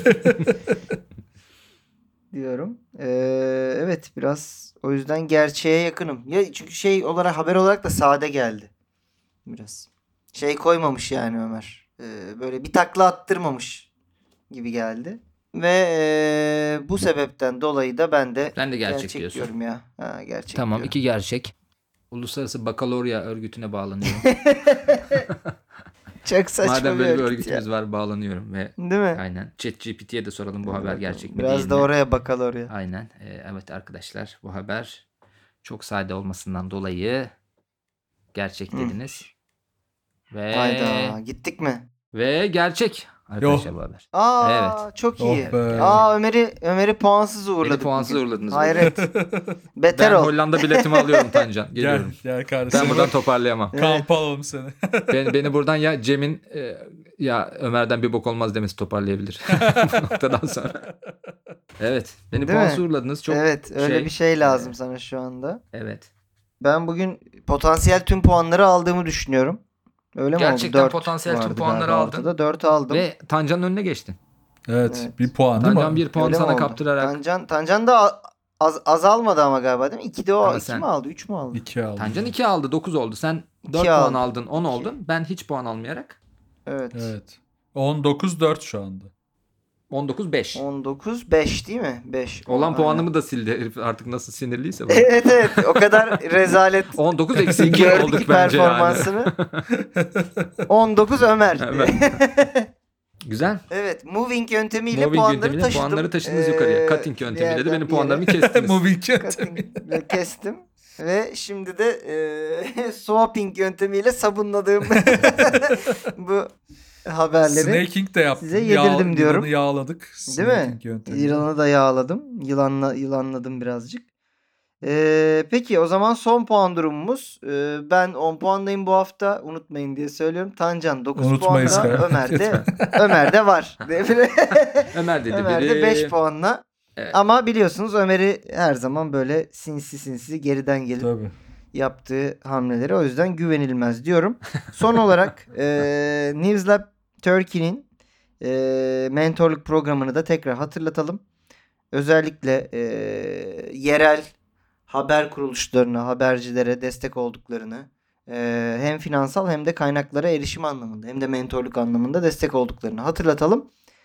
diyorum. Ee, evet biraz o yüzden gerçeğe yakınım. Ya çünkü şey olarak haber olarak da sade geldi. Biraz. Şey koymamış yani Ömer. Ee, böyle bir takla attırmamış gibi geldi. Ve ee, bu sebepten dolayı da ben de Sen de gerçek, diyorsun. diyorum ya. Ha, gerçek Tamam, diyorum. iki gerçek. Uluslararası Bakalorya örgütüne bağlanıyorum. Çok saçma Madem bir böyle bir örgüt örgütümüz ya. var, bağlanıyorum ve Değil mi? aynen ChatGPT'ye de soralım bu haber gerçek mi Biraz değil da mi? oraya Bakalorya. Aynen. Ee, evet arkadaşlar, bu haber çok sade olmasından dolayı gerçek Hı. dediniz. Ve Hayda gittik mi? ve gerçek arkadaşlar bu haber. Aa Evet. çok Oh iyi. be. Aa Ömer'i Ömer'i puansız uğurladık. Beni puansız bugün. uğurladınız. Hayret. Beter Ben ol. Hollanda biletimi alıyorum Tancan. Gel, Geliyorum. gel kardeşim. Ben buradan toparlayamam. Evet. Kamp alalım seni. Ben, beni buradan ya Cem'in e, ya Ömer'den bir bok olmaz demesi toparlayabilir. Bu noktadan sonra. Evet. Beni Değil puansız mi? uğurladınız. Çok Evet öyle şey, bir şey lazım e, sana şu anda. Evet. Ben bugün potansiyel tüm puanları aldığımı düşünüyorum. Öyle mi oldu? Gerçekten Dört potansiyel tüm vardı puanları galiba aldın. ortada. dört aldım. Ve Tancan'ın önüne geçtin. Evet, Evet. bir puan değil Tancan mi? bir puan Öyle mi sana oldu? kaptırarak. Tancan, Tancan da a- az, azalmadı ama galiba değil mi? ikide o Ama iki sen- mi aldı? üç mü aldı? İki aldım. Tancan iki aldı, dokuz oldu. Sen İki dört puan aldım. aldın, on İki. oldun. Ben hiç puan almayarak Evet. Evet. on dokuz dört şu anda. on dokuz beş. on dokuz beş değil mi? beş. Olan Aynen. puanımı da sildi herif, artık nasıl sinirliyse. bu. Evet evet o kadar rezalet on dokuz eksi iki gördük olduk bence yani. performansını. on dokuz Ömer. Evet. Güzel. Evet, moving yöntemiyle Moving puanları yöntemiyle puanları puanları taşıdınız yukarıya. Cutting yöntemiyle de benim puanlarımı kestiniz. Moving Cutting kestim. Ve şimdi de e, swapping yöntemiyle sabunladığım bu haberleri Snaking de yaptım. size yedirdim Yağ, diyorum. Yılanı yağladık. Değil mi? Snaking yöntemiyle. Yılanı da yağladım. Yılanla, yılanladım birazcık. Ee, peki o zaman son puan durumumuz. Ee, ben on puandayım bu hafta. Unutmayın diye söylüyorum. Tancan dokuz Unutmayız puanla. galiba. Ömer de Ömer de var. Ömer dedi Ömer de biri. beş puanla. Evet. Ama biliyorsunuz Ömer'i her zaman böyle sinsi sinsi geriden gelip Tabii. yaptığı hamleleri. O yüzden güvenilmez diyorum. Son olarak e, Newslab Turkey'nin e, mentorluk programını da tekrar hatırlatalım. Özellikle e, yerel haber kuruluşlarına, habercilere destek olduklarını e, hem finansal hem de kaynaklara erişim anlamında hem de mentorluk anlamında destek olduklarını hatırlatalım.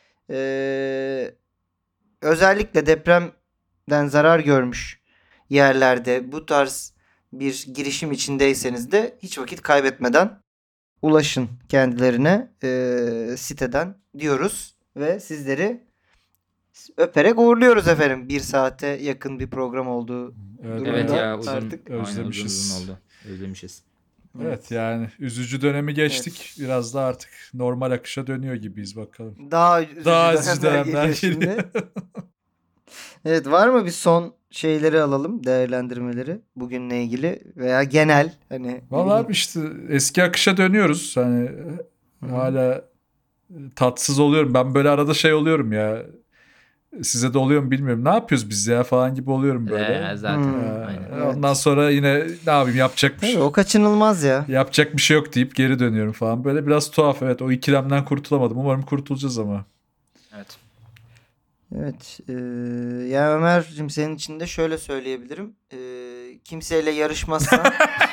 E, özellikle depremden zarar görmüş yerlerde bu tarz bir girişim içindeyseniz de hiç vakit kaybetmeden ulaşın kendilerine e, siteden diyoruz ve sizleri öperek uğurluyoruz efendim. Bir saate yakın bir program olduğu Evet, durumda Evet ya uzun, artık aynen, özlemişiz. uzun, uzun oldu. Özlemişiz. Evet yani üzücü dönemi geçtik. Biraz da artık normal akışa dönüyor gibiyiz bakalım. Daha üzücü Daha üzücü dönemler dönemler geliyor geliyor. şimdi. Evet, var mı bir son şeyleri alalım, değerlendirmeleri bugünle ilgili veya genel hani ne Vallahi bileyim. abi işte eski akışa dönüyoruz. Hani Hı. hala tatsız oluyorum. Ben böyle arada şey oluyorum ya. Size de oluyor mu bilmiyorum. Ne yapıyoruz biz ya falan gibi oluyorum böyle. Ee, zaten. Hmm. Ee, Aynen. Evet. Ondan sonra yine ne yapayım yapacak bir Tabii, şey. o kaçınılmaz ya. Yapacak bir şey yok deyip geri dönüyorum falan. Böyle biraz tuhaf, evet. O ikilemden kurtulamadım. Umarım kurtulacağız ama. Evet. Evet. E, ya Ömer'cim senin için de şöyle söyleyebilirim. E, kimseyle yarışmazsan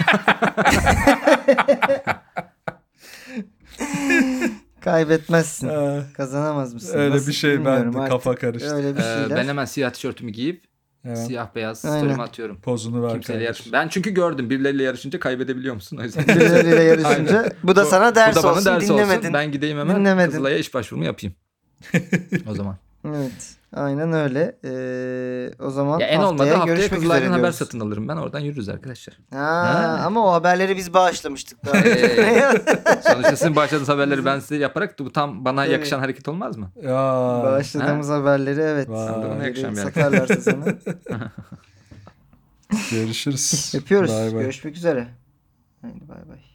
kaybetmezsin. Ee, Kazanamaz mısın? öyle Nasıl bir şey, ben bilmiyorum de artık. kafa karıştı. Öyle bir Ee, şeyler. ben hemen siyah tişörtümü giyip Evet. siyah beyaz Aynen. story'imi atıyorum. Pozunu ver Kimseyle kardeşim. yarış. Ben çünkü gördüm birileriyle yarışınca kaybedebiliyor musun? O yüzden. Birileriyle yarışınca. Aynen. Bu da Bu- sana ders Bu da bana olsun. ders Dinlemedin. olsun. Ben gideyim hemen Dinlemedin. Kızılay'a iş başvurumu yapayım. O zaman. Evet. Aynen öyle. Ee, o zaman Ya en olmadı haftaya haftaya görüşmek üzere Kızılay'dan haber diyoruz. satın alırım ben. Oradan yürürüz arkadaşlar. Ha, Ha. ama o haberleri biz bağışlamıştık. Daha. Ee, Sonuçta sizin başladığınız haberleri ben size yaparak bu tam bana Tabii. yakışan hareket olmaz mı? Ya. Bağışladığımız haberleri evet. Vay. Sen de bana Geri yakışan bir hareket. satarlarsa sana. Görüşürüz. Yapıyoruz. Bay bay. Görüşmek üzere. Haydi bay bay.